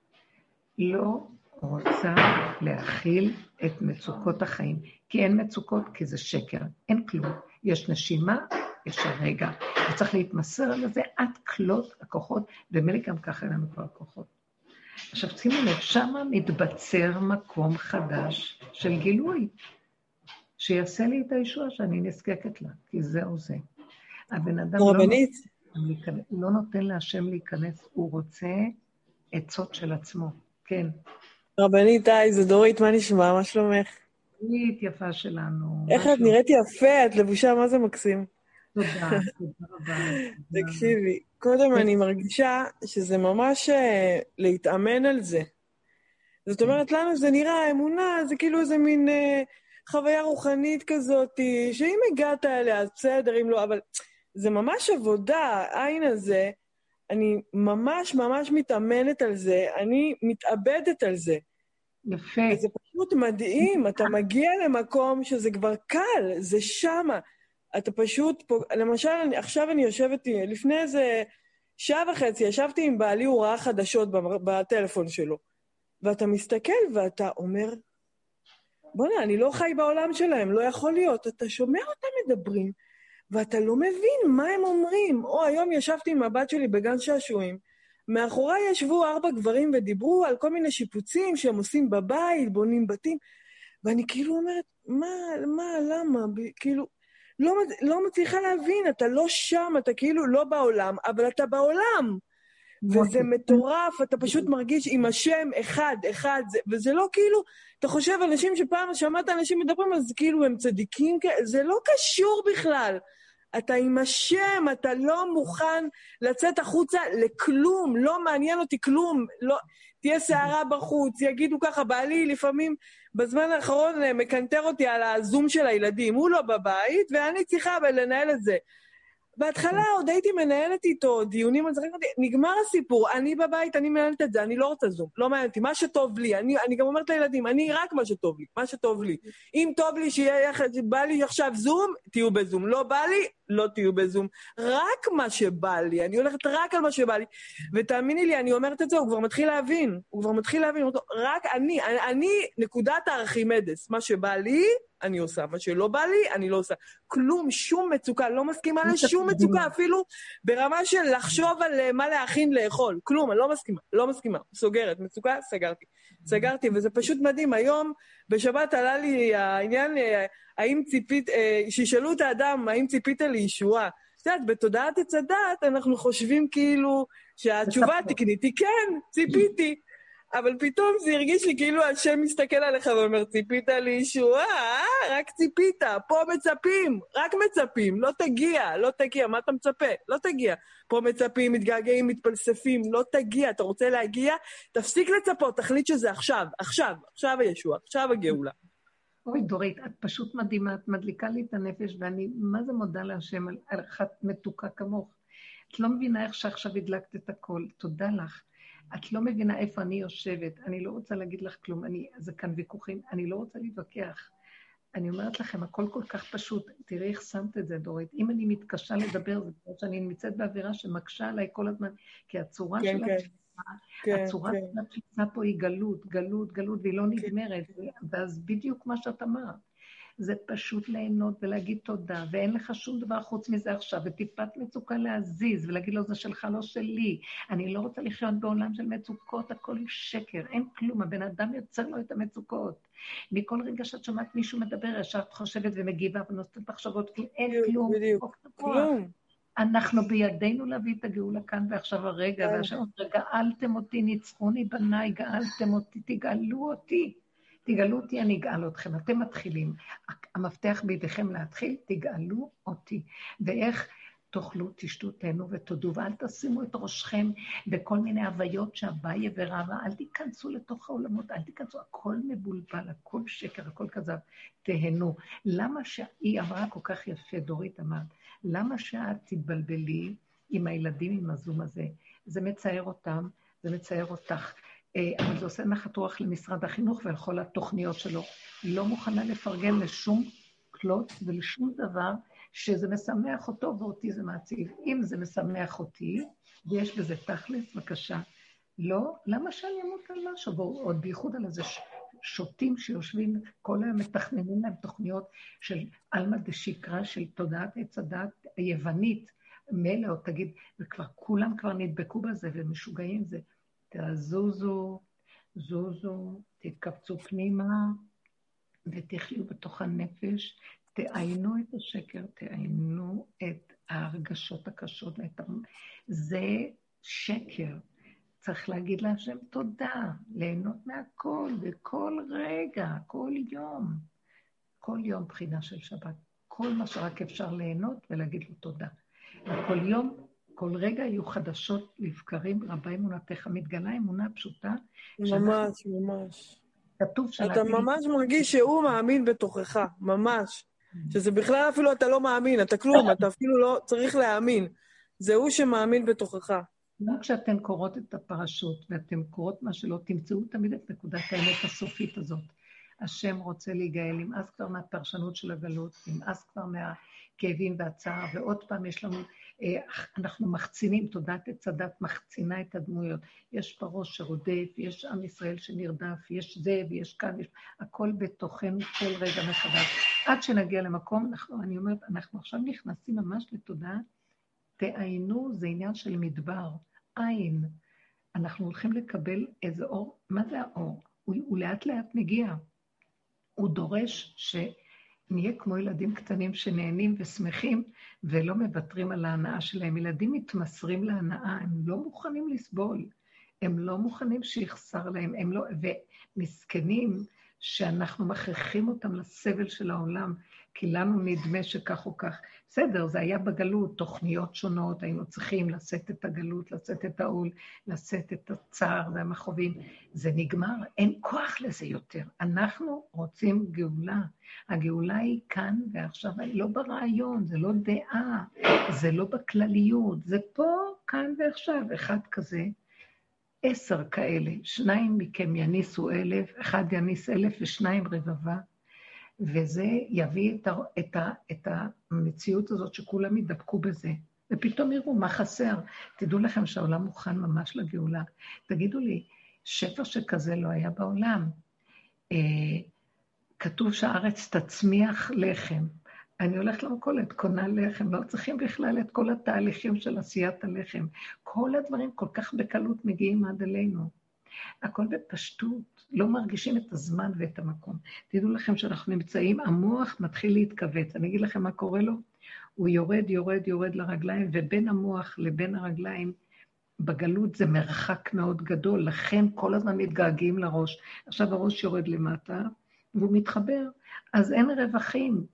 לא רוצה להכיל את מצוקות החיים. כי אין מצוקות, כי זה שקר. אין כלום. יש נשימה, יש הרגע. וצריך להתמסר על זה עד כלות הכוחות, ומילא גם ככה אין לנו כבר כוחות. עכשיו, שימו לב, שמה מתבצר מקום חדש של גילוי, שיעשה לי את הישועה שאני נזקקת לה, כי זהו זה. הבן אדם לא נותן, לא נותן להשם להיכנס, הוא רוצה עצות של עצמו, כן. רבנית, היי, זה דורית, מה נשמע? מה שלומך? דורית יפה שלנו. איך את נראית יפה, את לבושה, מה זה מקסים? תודה, תודה רבה. תקשיבי, קודם אני מרגישה שזה ממש להתאמן על זה. זאת אומרת, לנו זה נראה, אמונה, זה כאילו איזה מין אה, חוויה רוחנית כזאת, שאם הגעת אליה, אז בסדר, אם לא, אבל זה ממש עבודה, העין הזה, אני ממש ממש מתאמנת על זה, אני מתאבדת על זה. יפה. וזה פשוט מדהים, אתה מגיע למקום שזה כבר קל, זה שמה. אתה פשוט, למשל, אני, עכשיו אני יושבת, לפני איזה שעה וחצי, ישבתי עם בעלי, הוא ראה חדשות בטלפון שלו. ואתה מסתכל ואתה אומר, בוא'נה, אני לא חי בעולם שלהם, לא יכול להיות. אתה שומע אותם מדברים, ואתה לא מבין מה הם אומרים. או היום ישבתי עם הבת שלי בגן שעשועים, מאחוריי ישבו ארבע גברים ודיברו על כל מיני שיפוצים שהם עושים בבית, בונים בתים, ואני כאילו אומרת, מה, מה, למה? כאילו, לא, לא מצליחה להבין, אתה לא שם, אתה כאילו לא בעולם, אבל אתה בעולם. וזה מטורף, אתה פשוט מרגיש עם השם אחד, אחד, זה, וזה לא כאילו, אתה חושב אנשים שפעם שמעת אנשים מדברים, אז כאילו הם צדיקים, זה לא קשור בכלל. אתה עם השם, אתה לא מוכן לצאת החוצה לכלום, לא מעניין אותי כלום, לא, תהיה שערה בחוץ, יגידו ככה, בעלי לפעמים בזמן האחרון מקנטר אותי על הזום של הילדים, הוא לא בבית, ואני צריכה לנהל את זה. בהתחלה עוד הייתי מנהלת איתו דיונים על זה, נגמר הסיפור, אני בבית, אני מנהלת את זה, אני לא רוצה זום, לא מעניין אותי, מה שטוב לי, אני, אני גם אומרת לילדים, אני רק מה שטוב לי, מה שטוב לי. אם טוב לי שיהיה, בא לי עכשיו זום, תהיו בזום, לא בא לי, לא תהיו בזום, רק מה שבא לי, אני הולכת רק על מה שבא לי, ותאמיני לי, אני אומרת את זה, הוא כבר מתחיל להבין, הוא כבר מתחיל להבין, הוא אומר, רק אני, אני, אני נקודת הארכימדס, מה שבא לי, אני עושה, מה שלא בא לי, אני לא עושה. כלום, שום מצוקה, לא מסכימה לשום מצוקה, אפילו ברמה של לחשוב על מה להכין לאכול. כלום, אני לא מסכימה, לא מסכימה. סוגרת, מצוקה, סגרתי. סגרתי, וזה פשוט מדהים. היום, בשבת עלה לי העניין, האם ציפית, שישאלו את האדם, האם ציפית לישועה. את יודעת, בתודעת עץ הדת, אנחנו חושבים כאילו שהתשובה תקניתי, כן, ציפיתי. אבל פתאום זה הרגיש לי כאילו השם מסתכל עליך ואומר, ציפית לישועה, רק ציפית, פה מצפים, רק מצפים, לא תגיע, לא תגיע, מה אתה מצפה? לא תגיע. פה מצפים, מתגעגעים, מתפלספים, לא תגיע, אתה רוצה להגיע, תפסיק לצפות, תחליט שזה עכשיו, עכשיו, עכשיו הישועה, עכשיו הגאולה. אוי דורית, את פשוט מדהימה, את מדליקה לי את הנפש, ואני מה זה מודה להשם על אחת מתוקה כמוך. את לא מבינה איך שעכשיו הדלקת את הכל, תודה לך. את לא מבינה איפה אני יושבת, אני לא רוצה להגיד לך כלום, אני, זה כאן ויכוחים, אני לא רוצה להתווכח. אני אומרת לכם, הכל כל כך פשוט, תראי איך שמת את זה, דורית. אם אני מתקשה לדבר, זה כמו שאני נמצאת באווירה שמקשה עליי כל הזמן, כי הצורה כן, של כן. התפיסה, כן, הצורה כן. של התפיסה פה היא גלות, גלות, גלות, והיא לא נגמרת. ואז בדיוק מה שאת אמרת, זה פשוט ליהנות ולהגיד תודה, ואין לך שום דבר חוץ מזה עכשיו, וטיפת מצוקה להזיז, ולהגיד לו, זה שלך, לא שלי. אני לא רוצה לחיות בעולם של מצוקות, הכל שקר, אין כלום, הבן אדם יוצר לו את המצוקות. מכל רגע שאת שומעת מישהו מדבר, ישר את חושבת ומגיבה, ונוסעת מחשבות, כי אין כלום. בדיוק, כלום. אנחנו בידינו להביא את הגאולה כאן, ועכשיו הרגע, והשם, גאלתם אותי, ניצחוני בניי, גאלתם אותי, תגאלו אותי. תגאלו אותי, אני אגאל אתכם. אתם מתחילים. המפתח בידיכם להתחיל, תגאלו אותי. ואיך תאכלו, תשתו, תהנו ותודו, ואל תשימו את ראשכם בכל מיני הוויות שהבאי ורבה, אל תיכנסו לתוך העולמות, אל תיכנסו, הכל מבולבל, הכל שקר, הכל כזב, תהנו. למה שהיא אמרה כל כך יפה, דורית אמרת, למה שאת תתבלבלי עם הילדים עם הזום הזה? זה מצער אותם, זה מצער אותך. אבל זה עושה נחת רוח למשרד החינוך ולכל התוכניות שלו. היא לא מוכנה לפרגן לשום כלות ולשום דבר שזה משמח אותו ואותי זה מעציב. אם זה משמח אותי, ויש בזה תכלס, בבקשה, לא, למה שאני אמות על משהו? ועוד בייחוד על איזה שוטים שיושבים, כל היום מתכננים להם תוכניות של אלמה דשיקרא, של תודעת עץ הדת היוונית, מלא, או תגיד, וכבר כולם כבר נדבקו בזה ומשוגעים זה. תזוזו, זוזו, תתקבצו פנימה, ותחיו בתוך הנפש, תעיינו את השקר, תעיינו את ההרגשות הקשות, את... זה שקר. צריך להגיד להשם תודה, ליהנות מהכל, וכל רגע, כל יום, כל יום בחינה של שבת, כל מה שרק אפשר ליהנות ולהגיד לו תודה. וכל יום, כל רגע יהיו חדשות לבקרים, רבה אמונתך, מתגלה אמונה פשוטה. ממש, ממש. כתוב אתה ממש מרגיש שהוא מאמין בתוכך, ממש. שזה בכלל אפילו אתה לא מאמין, אתה כלום, אתה אפילו לא צריך להאמין. זה הוא שמאמין בתוכך. רק כשאתן קוראות את הפרשות, ואתן קוראות מה שלא, תמצאו תמיד את נקודת האמת הסופית הזאת. השם רוצה להיגאל, נמאס כבר מהפרשנות של הגלות, נמאס כבר מהכאבים והצער, ועוד פעם יש לנו, אנחנו מחצינים, תודעת עץ הדת מחצינה את הדמויות. יש פרעה שרודף, יש עם ישראל שנרדף, יש זה ויש כאן, יש... הכל בתוכנו כל רגע מחדש. עד שנגיע למקום, אנחנו, אני אומרת, אנחנו עכשיו נכנסים ממש לתודעה, תעיינו, זה עניין של מדבר, עין. אנחנו הולכים לקבל איזה אור, מה זה האור? הוא, הוא לאט לאט מגיע. הוא דורש שנהיה כמו ילדים קטנים שנהנים ושמחים ולא מוותרים על ההנאה שלהם. ילדים מתמסרים להנאה, הם לא מוכנים לסבול, הם לא מוכנים שיחסר להם, הם לא, ומסכנים שאנחנו מכריחים אותם לסבל של העולם, כי לנו נדמה שכך או כך. בסדר, זה היה בגלות, תוכניות שונות, היינו צריכים לשאת את הגלות, לשאת את העול, לשאת את הצער והמחובים. זה נגמר, אין כוח לזה יותר. אנחנו רוצים גאולה. הגאולה היא כאן ועכשיו, לא ברעיון, זה לא דעה, זה לא בכלליות, זה פה, כאן ועכשיו. אחד כזה, עשר כאלה, שניים מכם יניסו אלף, אחד יניס אלף ושניים רבבה, וזה יביא את, ה, את, ה, את המציאות הזאת שכולם ידבקו בזה, ופתאום יראו מה חסר. תדעו לכם שהעולם מוכן ממש לגאולה. תגידו לי, שפע שכזה לא היה בעולם. אה, כתוב שהארץ תצמיח לחם. אני הולכת למכולת, קונה לחם, לא צריכים בכלל את כל התהליכים של עשיית הלחם. כל הדברים כל כך בקלות מגיעים עד אלינו. הכל בפשטות, לא מרגישים את הזמן ואת המקום. תדעו לכם שאנחנו נמצאים, המוח מתחיל להתכווץ. אני אגיד לכם מה קורה לו. הוא יורד, יורד, יורד לרגליים, ובין המוח לבין הרגליים, בגלות זה מרחק מאוד גדול, לכן כל הזמן מתגעגעים לראש. עכשיו הראש יורד למטה, והוא מתחבר, אז אין רווחים.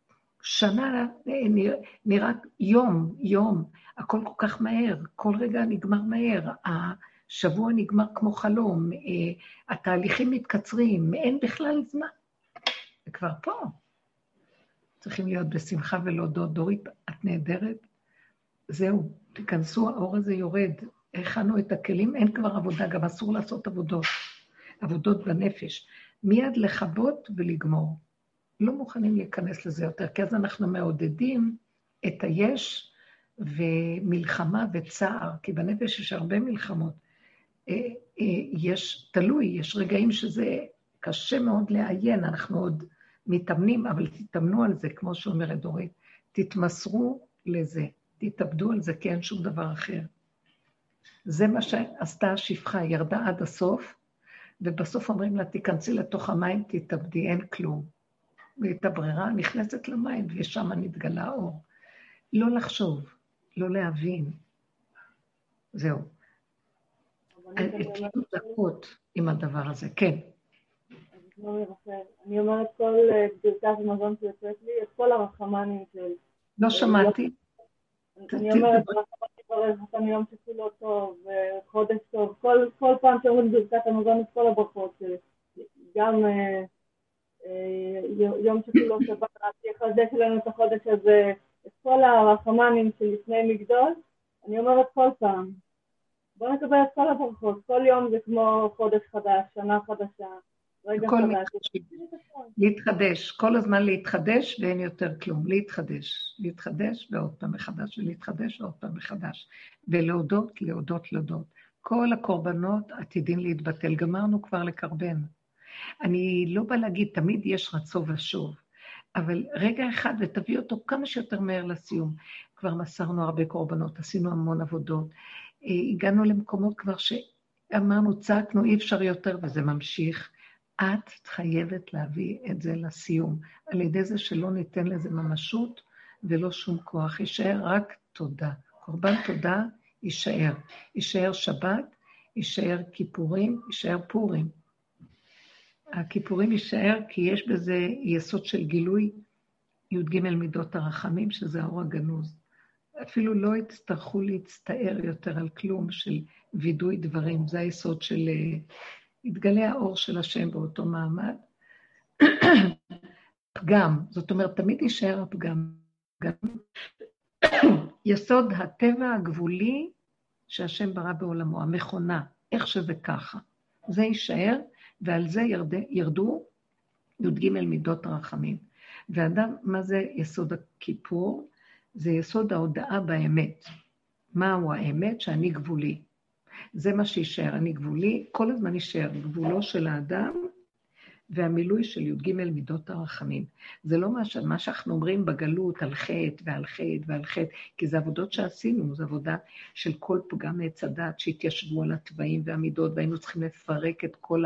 שנה נראה, נראה יום, יום, הכל כל כך מהר, כל רגע נגמר מהר, השבוע נגמר כמו חלום, התהליכים מתקצרים, אין בכלל זמן. זה כבר פה. צריכים להיות בשמחה ולהודות, דורית, את נהדרת. זהו, תיכנסו, האור הזה יורד, הכנו את הכלים, אין כבר עבודה, גם אסור לעשות עבודות, עבודות בנפש. מיד לחבות ולגמור. לא מוכנים להיכנס לזה יותר, כי אז אנחנו מעודדים את היש ומלחמה וצער, כי בנפש יש הרבה מלחמות. יש, תלוי, יש רגעים שזה קשה מאוד לעיין, אנחנו עוד מתאמנים, אבל תתאמנו על זה, כמו שאומרת דורית, תתמסרו לזה, תתאבדו על זה, כי אין שום דבר אחר. זה מה שעשתה השפחה, ירדה עד הסוף, ובסוף אומרים לה, תיכנסי לתוך המים, תתאבדי, אין כלום. ואת הברירה נכנסת למים, ושם נתגלה האור. לא לחשוב, לא להבין. זהו. תהיו דקות עם הדבר הזה, כן. אני אומרת כל ברכת מזון שיוצאת לי, את כל הרחמנים של... לא שמעתי. אני אומרת, רחמני ברך, אני יום שכולו טוב, חודש טוב, כל פעם שאומרים ברכת המזון את כל הברכות, גם יום שכולו שבת, יחדש לנו את החודש הזה, את כל הרחמנים שלפני מגדול, אני אומרת כל פעם, בוא נקבל את כל הברכות, כל יום זה כמו חודש חדש, שנה חדשה, רגע חדש. להתחדש, כל הזמן להתחדש ואין יותר כלום, להתחדש, להתחדש ועוד פעם מחדש, ולהתחדש ועוד פעם מחדש, ולהודות, להודות, להודות. כל הקורבנות עתידים להתבטל, גמרנו כבר לקרבן. אני לא בא להגיד, תמיד יש רצו ושוב, אבל רגע אחד ותביא אותו כמה שיותר מהר לסיום. כבר מסרנו הרבה קורבנות, עשינו המון עבודות, הגענו למקומות כבר שאמרנו, צעקנו, אי אפשר יותר, וזה ממשיך. את חייבת להביא את זה לסיום, על ידי זה שלא ניתן לזה ממשות ולא שום כוח, יישאר רק תודה. קורבן תודה יישאר, יישאר שבת, יישאר כיפורים, יישאר פורים. הכיפורים יישאר כי יש בזה יסוד של גילוי י"ג מידות הרחמים, שזה האור הגנוז. אפילו לא יצטרכו להצטער יותר על כלום של וידוי דברים, זה היסוד של... התגלה האור של השם באותו מעמד. פגם, זאת אומרת, תמיד יישאר הפגם. יסוד הטבע הגבולי שהשם ברא בעולמו, המכונה, איך שזה ככה. זה יישאר, ועל זה ירד, ירדו י"ג מידות הרחמים. ואדם, מה זה יסוד הכיפור? זה יסוד ההודעה באמת. מהו האמת? שאני גבולי. זה מה שישאר, אני גבולי, כל הזמן יישאר גבולו של האדם, והמילוי של י"ג מידות הרחמים. זה לא מה, מה שאנחנו אומרים בגלות, על חטא ועל חטא ועל חטא, כי זה עבודות שעשינו, זה עבודה של כל פגם מעץ הדת, שהתיישבו על הטבעים והמידות, והיינו צריכים לפרק את כל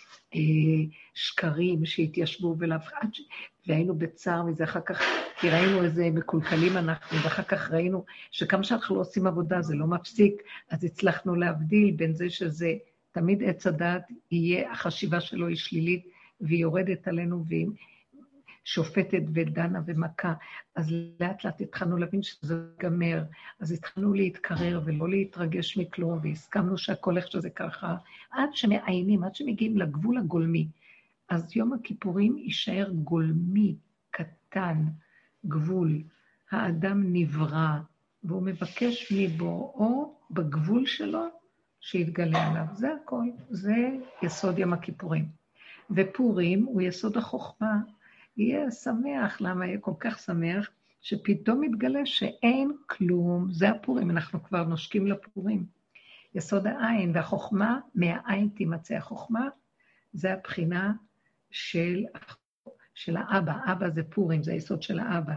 השקרים שהתיישבו, ולהפחד, והיינו בצער מזה אחר כך, כי ראינו איזה מקולקלים אנחנו, ואחר כך ראינו שכמה שאנחנו לא עושים עבודה, זה לא מפסיק, אז הצלחנו להבדיל בין זה שזה תמיד עץ הדת, יהיה החשיבה שלו היא שלילית, והיא יורדת עלינו, והיא שופטת ודנה ומכה, אז לאט לאט התחלנו להבין שזה גמר, אז התחלנו להתקרר ולא להתרגש מכלום, והסכמנו שהכל איך שזה ככה, עד שמעיינים, עד שמגיעים לגבול הגולמי, אז יום הכיפורים יישאר גולמי, קטן, גבול, האדם נברא, והוא מבקש מבוראו בגבול שלו, שיתגלה עליו, זה הכל, זה יסוד יום הכיפורים. ופורים הוא יסוד החוכמה, יהיה שמח, למה יהיה כל כך שמח? שפתאום מתגלה שאין כלום, זה הפורים, אנחנו כבר נושקים לפורים. יסוד העין והחוכמה, מהעין תימצא החוכמה, זה הבחינה של, של האבא, אבא זה פורים, זה היסוד של האבא.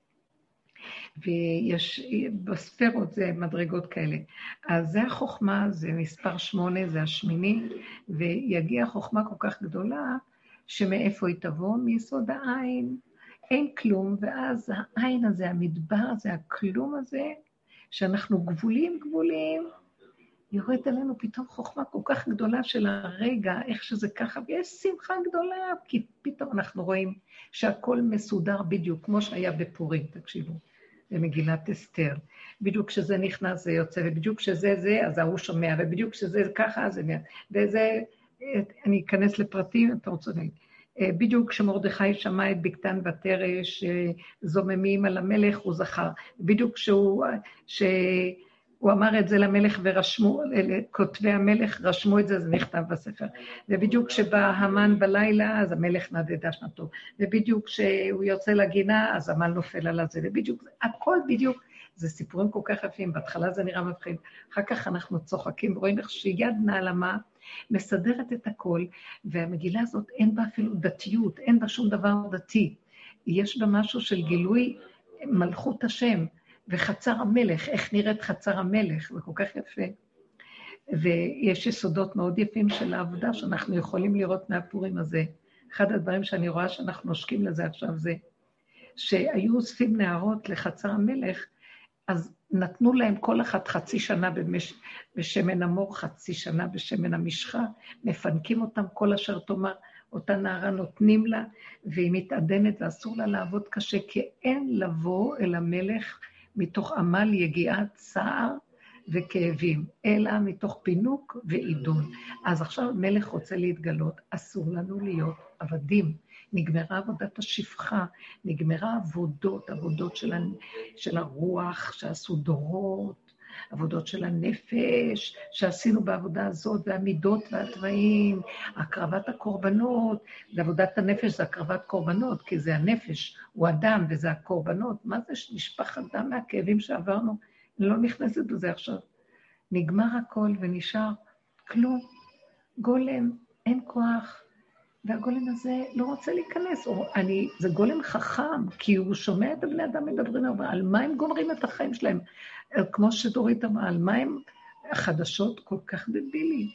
ויש, בספרות זה מדרגות כאלה. אז זה החוכמה, זה מספר שמונה, זה השמיני, ויגיע חוכמה כל כך גדולה, שמאיפה היא תבוא? מיסוד העין, אין כלום, ואז העין הזה, המדבר הזה, הכלום הזה, שאנחנו גבולים גבולים, יורד עלינו פתאום חוכמה כל כך גדולה של הרגע, איך שזה ככה, ויש שמחה גדולה, כי פתאום אנחנו רואים שהכל מסודר בדיוק, כמו שהיה בפורים, תקשיבו. במגילת אסתר. בדיוק כשזה נכנס זה יוצא, ובדיוק כשזה זה, אז הוא שומע, ובדיוק כשזה ככה, זה נהיה. וזה, אני אכנס לפרטים, אתה רוצה להגיד. בדיוק כשמרדכי שמע את בקתן ותרש, זוממים על המלך, הוא זכר. בדיוק כשהוא, ש... הוא אמר את זה למלך ורשמו, כותבי המלך רשמו את זה, זה נכתב בספר. ובדיוק כשבא המן בלילה, אז המלך נדדה שנתו. ובדיוק כשהוא יוצא לגינה, אז המן נופל על זה. ובדיוק, הכל בדיוק, זה סיפורים כל כך יפים. בהתחלה זה נראה מבחין. אחר כך אנחנו צוחקים, רואים איך שיד נעלמה, מסדרת את הכל, והמגילה הזאת אין בה אפילו דתיות, אין בה שום דבר דתי. יש בה משהו של גילוי מלכות השם, וחצר המלך, איך נראית חצר המלך, זה כל כך יפה. ויש יסודות מאוד יפים של העבודה שאנחנו יכולים לראות מהפורים הזה. אחד הדברים שאני רואה שאנחנו נושקים לזה עכשיו זה, שהיו אוספים נערות לחצר המלך, אז נתנו להם כל אחת חצי שנה במש... בשמן המור, חצי שנה בשמן המשחה, מפנקים אותם כל אשר תאמר, אותה נערה נותנים לה, והיא מתעדנת ואסור לה לעבוד קשה, כי אין לבוא אל המלך מתוך עמל יגיעת צער וכאבים, אלא מתוך פינוק ועידון. אז עכשיו המלך רוצה להתגלות, אסור לנו להיות עבדים. נגמרה עבודת השפחה, נגמרה עבודות, עבודות של, ה... של הרוח שעשו דורות, עבודות של הנפש שעשינו בעבודה הזאת, והמידות והטבעים, הקרבת הקורבנות, ועבודת הנפש זה הקרבת קורבנות, כי זה הנפש, הוא אדם וזה הקורבנות. מה זה שנשפך אדם מהכאבים שעברנו? אני לא נכנסת בזה עכשיו. נגמר הכל ונשאר כלום, גולם, אין כוח, והגולם הזה לא רוצה להיכנס. או אני, זה גולם חכם, כי הוא שומע את הבני אדם מדברים, על מה הם גומרים את החיים שלהם? כמו שדורית אמרה, על מה הם החדשות כל כך דבילי?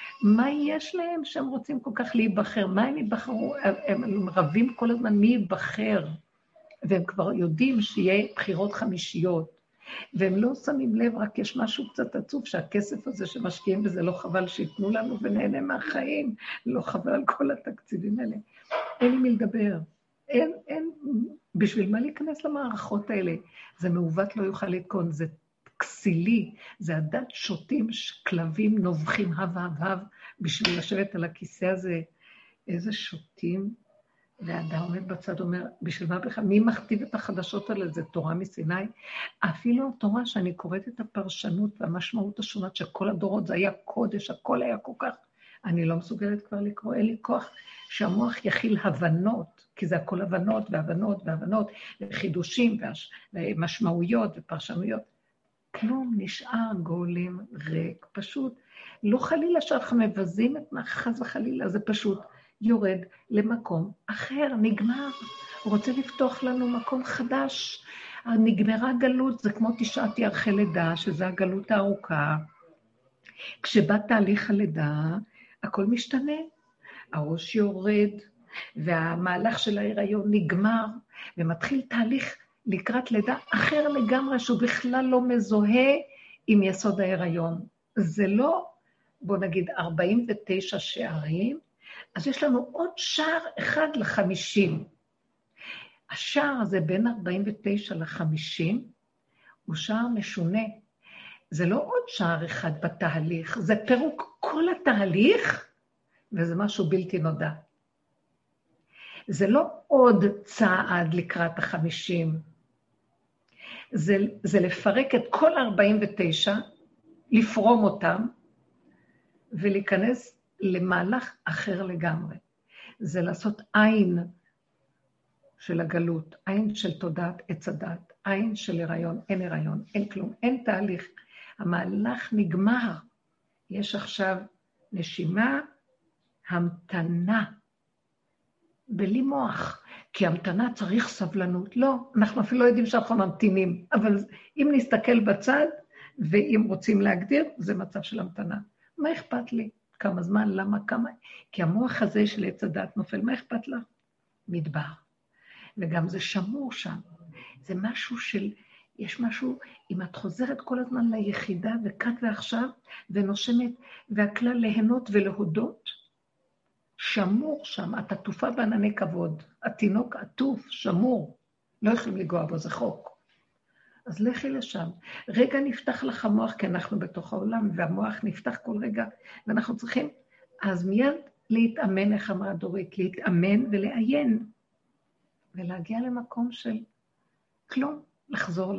מה יש להם שהם רוצים כל כך להיבחר? מה הם ייבחרו? הם רבים כל הזמן מי ייבחר, והם כבר יודעים שיהיה בחירות חמישיות, והם לא שמים לב, רק יש משהו קצת עצוב, שהכסף הזה שמשקיעים בזה לא חבל שיתנו לנו ונהנה מהחיים, לא חבל על כל התקציבים האלה. אין לי מי לדבר. אין, אין, בשביל מה להיכנס למערכות האלה? זה מעוות לא יוכל לתקון, זה כסילי, זה עדת שוטים, כלבים נובחים, הב הב הב, בשביל לשבת על הכיסא הזה, איזה שוטים, והאדם עומד בצד, אומר, בשביל מה בכלל, מי מכתיב את החדשות האלה? זה תורה מסיני. אפילו התורה שאני קוראת את הפרשנות והמשמעות השונות, שכל הדורות זה היה קודש, הכל היה כל כך, אני לא מסוגלת כבר לקרוא, אין לי כוח שהמוח יכיל הבנות, כי זה הכל הבנות והבנות והבנות, וחידושים ומשמעויות ופרשנויות. כלום נשאר גולם ריק, פשוט. לא חלילה שאנחנו מבזים את חס וחלילה, זה פשוט יורד למקום אחר, נגמר. הוא רוצה לפתוח לנו מקום חדש. נגמרה גלות, זה כמו תשעת ירחי לידה, שזה הגלות הארוכה. כשבא תהליך הלידה, הכל משתנה. הראש יורד, והמהלך של ההיריון נגמר, ומתחיל תהליך לקראת לידה אחר לגמרי, שהוא בכלל לא מזוהה עם יסוד ההיריון. זה לא, בוא נגיד, ארבעים ותשע שערים, אז יש לנו עוד שער אחד לחמישים. השער הזה בין ארבעים ותשע לחמישים, הוא שער משונה. זה לא עוד שער אחד בתהליך, זה פירוק כל התהליך, וזה משהו בלתי נודע. זה לא עוד צעד לקראת החמישים, זה, זה לפרק את כל ארבעים ותשע, לפרום אותם, ולהיכנס למהלך אחר לגמרי. זה לעשות עין של הגלות, עין של תודעת עץ הדת, עין של הריון, אין הריון, אין כלום, אין תהליך. המהלך נגמר. יש עכשיו נשימה, המתנה, בלי מוח, כי המתנה צריך סבלנות. לא, אנחנו אפילו לא יודעים שאנחנו ממתינים, אבל אם נסתכל בצד, ואם רוצים להגדיר, זה מצב של המתנה. מה אכפת לי? כמה זמן? למה? כמה? כי המוח הזה של עץ הדת נופל, מה אכפת לה? מדבר. וגם זה שמור שם. זה משהו של, יש משהו, אם את חוזרת כל הזמן ליחידה, וכאן ועכשיו, ונושמת, והכלל ליהנות ולהודות, שמור שם, את עטופה בענני כבוד. התינוק עטוף, שמור. לא יכולים לגוע בו, זה חוק. אז לכי לשם. רגע נפתח לך המוח, כי אנחנו בתוך העולם, והמוח נפתח כל רגע, ואנחנו צריכים, אז מיד להתאמן, איך אמרה דורית, להתאמן ולעיין, ולהגיע למקום של כלום, לחזור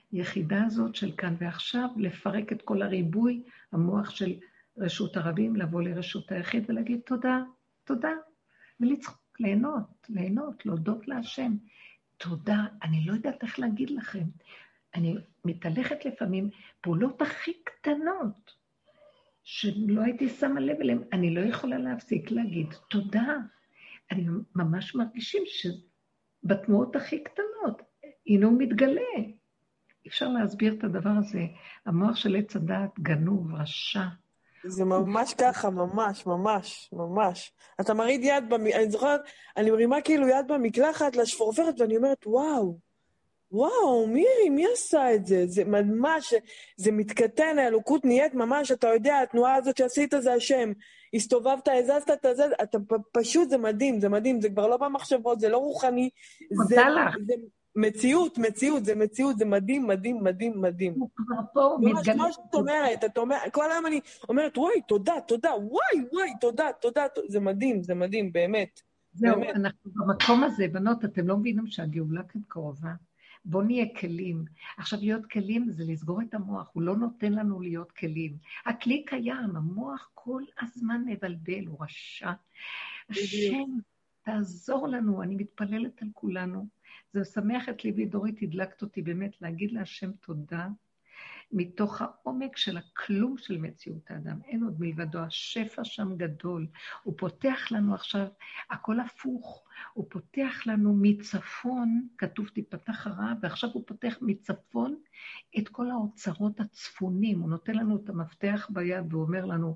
היחידה הזאת של כאן ועכשיו, לפרק את כל הריבוי, המוח של רשות הרבים, לבוא לרשות היחיד ולהגיד תודה, תודה, ולצחוק, ליהנות, ליהנות, להודות להשם. תודה, אני לא יודעת איך להגיד לכם. אני מתהלכת לפעמים פעולות הכי קטנות, שלא הייתי שמה לב אליהם, אני לא יכולה להפסיק להגיד תודה. אני ממש מרגישים שבתנועות הכי קטנות, הנה הוא מתגלה. אפשר להסביר את הדבר הזה. המוח של עץ הדעת גנוב, רשע. זה ממש ככה, ממש, ממש, ממש. אתה מריד יד, במ... אני זוכרת, אני מרימה כאילו יד במקלחת לשפורפרת, ואני אומרת, וואו, וואו, מירי, מי עשה את זה? זה ממש, זה מתקטן, האלוקות נהיית ממש, אתה יודע, התנועה הזאת שעשית זה השם. הסתובבת, הזזת את זה, אתה פשוט, זה מדהים, זה מדהים, זה כבר לא במחשבות, זה לא רוחני. זה, זה מציאות, מציאות, זה מציאות, זה מדהים, מדהים, מדהים, מדהים. הוא כבר פה, הוא מתגלה. מה שאת אומרת, את אומרת, כל היום אני אומרת, וואי, תודה, תודה, וואי, וואי, תודה, תודה, זה מדהים, זה מדהים, באמת. זהו, אנחנו במקום הזה, בנות, אתם לא מבינים שהגאולה כאן קרובה. בוא נהיה כלים. עכשיו, להיות כלים זה לסגור את המוח, הוא לא נותן לנו להיות כלים. הכלי קיים, המוח כל הזמן מבלבל, הוא רשע. השם, תעזור לנו, אני מתפללת על כולנו. זה משמח את ליבי, דורית, הדלקת אותי באמת להגיד להשם תודה, מתוך העומק של הכלום של מציאות האדם. אין עוד מלבדו, השפע שם גדול. הוא פותח לנו עכשיו, הכל הפוך, הוא פותח לנו מצפון, כתוב תיפתח הרעה, ועכשיו הוא פותח מצפון את כל האוצרות הצפונים. הוא נותן לנו את המפתח ביד והוא אומר לנו,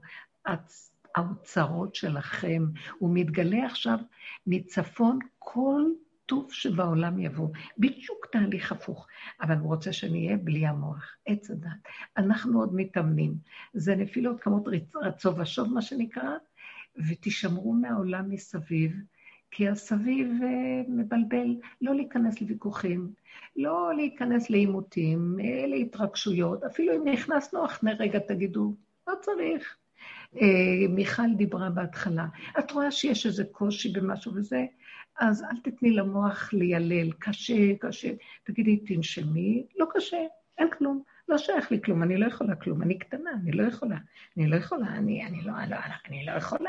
האוצרות שלכם. הוא מתגלה עכשיו מצפון כל טוב שבעולם יבוא, בדיוק תהליך הפוך, אבל הוא רוצה שנהיה בלי המוח, עץ הדת. אנחנו עוד מתאמנים, זה נפילות כמות רצו ושוב מה שנקרא, ותשמרו מהעולם מסביב, כי הסביב מבלבל, לא להיכנס לוויכוחים, לא להיכנס לעימותים, להתרגשויות, אפילו אם נכנסנו אחרי רגע תגידו, לא צריך. מיכל דיברה בהתחלה, את רואה שיש איזה קושי במשהו וזה, אז אל תתני למוח לילל, קשה, קשה. תגידי, תנשמי, לא קשה, אין כלום, לא שייך לי כלום, אני לא יכולה כלום, אני קטנה, אני לא יכולה, אני לא יכולה, אני, אני לא, לא, אני לא יכולה.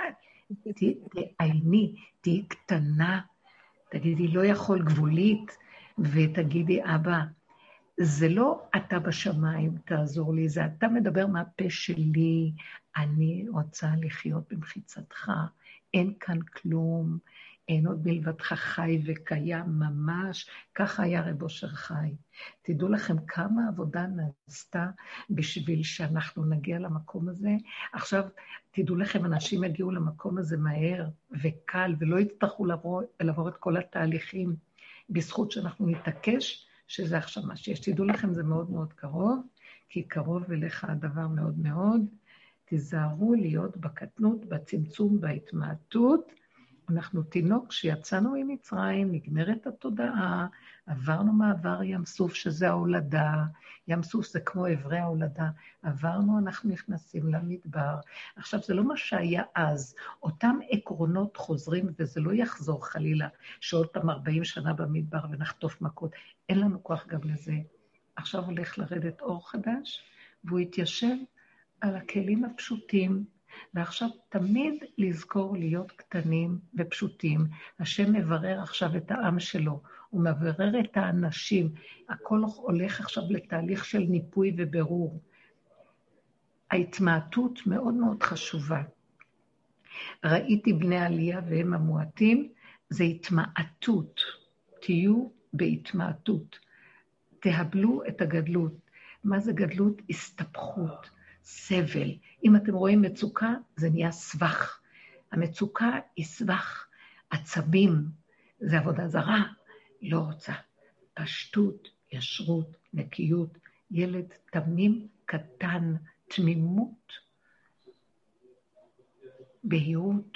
תעייני, תהי קטנה, תגידי, לא יכול גבולית, ותגידי, אבא, זה לא אתה בשמיים, תעזור לי, זה אתה מדבר מהפה שלי, אני רוצה לחיות במחיצתך, אין כאן כלום, אין עוד מלבדך חי וקיים ממש, ככה היה רב אושר חי. תדעו לכם כמה עבודה נעשתה בשביל שאנחנו נגיע למקום הזה. עכשיו תדעו לכם, אנשים יגיעו למקום הזה מהר וקל, ולא יצטרכו לעבור, לעבור את כל התהליכים, בזכות שאנחנו נתעקש, שזה עכשיו מה שיש. תדעו לכם, זה מאוד מאוד קרוב, כי קרוב אליך הדבר מאוד מאוד. תיזהרו להיות בקטנות, בצמצום, בהתמעטות. אנחנו תינוק שיצאנו ממצרים, נגמרת התודעה, עברנו מעבר ים סוף שזה ההולדה, ים סוף זה כמו עברי ההולדה, עברנו, אנחנו נכנסים למדבר. עכשיו זה לא מה שהיה אז, אותם עקרונות חוזרים וזה לא יחזור חלילה, שעוד פעם ארבעים שנה במדבר ונחטוף מכות, אין לנו כוח גם לזה. עכשיו הולך לרדת אור חדש, והוא יתיישב על הכלים הפשוטים, ועכשיו תמיד לזכור להיות קטנים ופשוטים. השם מברר עכשיו את העם שלו, הוא מברר את האנשים, הכל הולך עכשיו לתהליך של ניפוי וברור. ההתמעטות מאוד מאוד חשובה. ראיתי בני עלייה והם המועטים, זה התמעטות, תהיו בהתמעטות, תהבלו את הגדלות. מה זה גדלות? הסתפחות. סבל. אם אתם רואים מצוקה, זה נהיה סבך. המצוקה היא סבך. עצבים, זה עבודה זרה, לא רוצה. פשטות, ישרות, נקיות, ילד תמים קטן, תמימות, בהירות,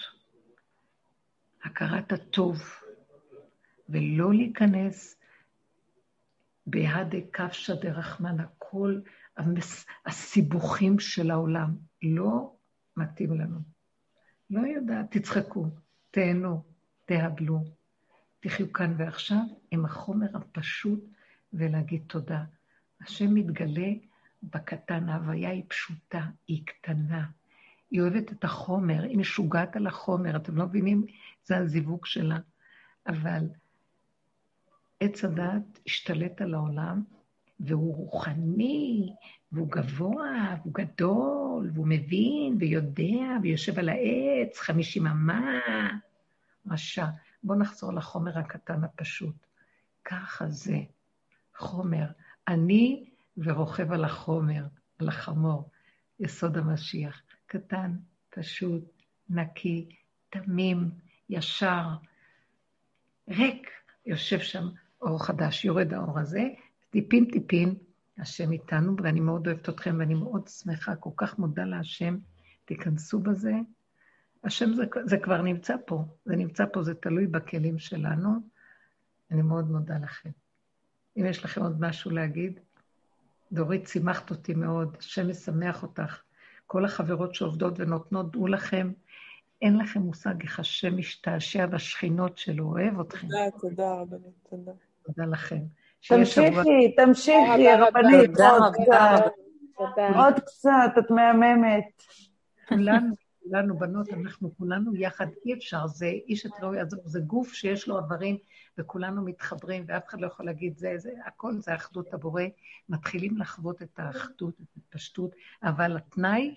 הכרת הטוב, ולא להיכנס בהדה כבשה דרחמן, הכל הסיבוכים של העולם לא מתאים לנו. לא יודע, תצחקו, תהנו, תהבלו, תחיו כאן ועכשיו עם החומר הפשוט ולהגיד תודה. השם מתגלה בקטן, ההוויה היא פשוטה, היא קטנה. היא אוהבת את החומר, היא משוגעת על החומר, אתם לא מבינים? זה הזיווג שלה. אבל עץ הדעת השתלט על העולם, והוא רוחני, והוא גבוה, והוא גדול, והוא מבין, ויודע, ויושב על העץ, חמישים אמה, רשע. בואו נחזור לחומר הקטן הפשוט. ככה זה חומר. אני ורוכב על החומר, על החמור, יסוד המשיח. קטן, פשוט, נקי, תמים, ישר, ריק. יושב שם אור חדש, יורד האור הזה, טיפין טיפין, השם איתנו, ואני מאוד אוהבת אתכם, ואני מאוד שמחה, כל כך מודה להשם, תיכנסו בזה. השם זה, זה כבר נמצא פה, זה נמצא פה, זה תלוי בכלים שלנו. אני מאוד מודה לכם. אם יש לכם עוד משהו להגיד, דורית, שימחת אותי מאוד, השם משמח אותך. כל החברות שעובדות ונותנות, דעו לכם, אין לכם מושג איך השם משתעשע בשכינות שלו, אוהב אתכם. תודה, תודה רבנית, תודה. תודה לכם. תמשיכי, תמשיכי, רבנית, עוד קצת. עוד קצת, את מהממת. כולנו, כולנו בנות, אנחנו כולנו יחד, אי אפשר, זה איש את לא יעזור, זה גוף שיש לו עברים, וכולנו מתחברים, ואף אחד לא יכול להגיד זה, זה, הכל זה האחדות הבורא, מתחילים לחוות את האחדות, את הפשטות, אבל התנאי,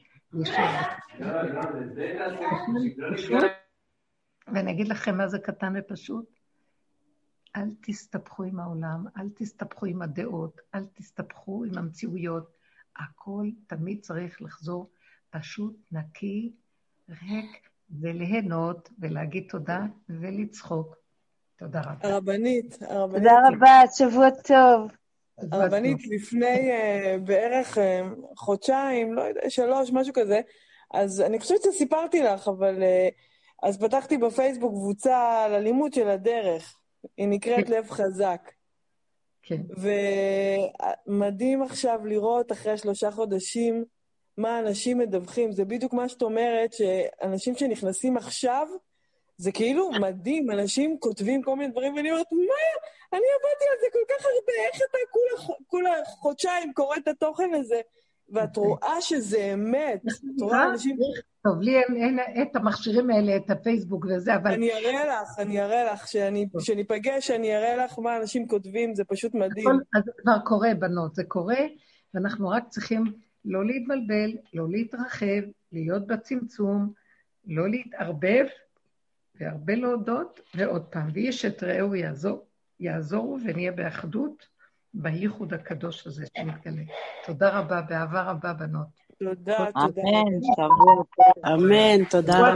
ואני אגיד לכם מה זה קטן ופשוט, אל תסתבכו עם העולם, אל תסתבכו עם הדעות, אל תסתבכו עם המציאויות, הכל תמיד צריך לחזור פשוט, נקי, ריק, וליהנות, ולהגיד תודה, ולצחוק. תודה רבה. הרבנית, הרבנית. תודה רבה, שבוע טוב. הרבנית, לפני uh, בערך uh, חודשיים, לא יודע, שלוש, משהו כזה, אז אני חושבת שסיפרתי לך, אבל uh, אז פתחתי בפייסבוק קבוצה על הלימוד של הדרך. היא נקראת לב חזק. כן. ומדהים עכשיו לראות אחרי שלושה חודשים מה אנשים מדווחים. זה בדיוק מה שאת אומרת, שאנשים שנכנסים עכשיו, זה כאילו מדהים, אנשים כותבים כל מיני דברים, ואני אומרת, מה? אני עבדתי על זה כל כך הרבה, איך אתה כולה, כולה חודשיים קורא את התוכן הזה, ואת רואה שזה אמת. את רואה אנשים... טוב, לי אין את המכשירים האלה, את הפייסבוק וזה, אבל... אני אראה לך, אני אראה לך, שאני פגש, אני אראה לך מה אנשים כותבים, זה פשוט מדהים. אז זה כבר קורה, בנות, זה קורה, ואנחנו רק צריכים לא להתבלבל, לא להתרחב, להיות בצמצום, לא להתערבב, והרבה להודות, ועוד פעם, ויש את ראו יעזור, יעזורו ונהיה באחדות, בייחוד הקדוש הזה שמתגלה. תודה רבה, באהבה רבה, בנות. תודה, תודה. אמן, שבוע טוב. אמן, תודה רבה.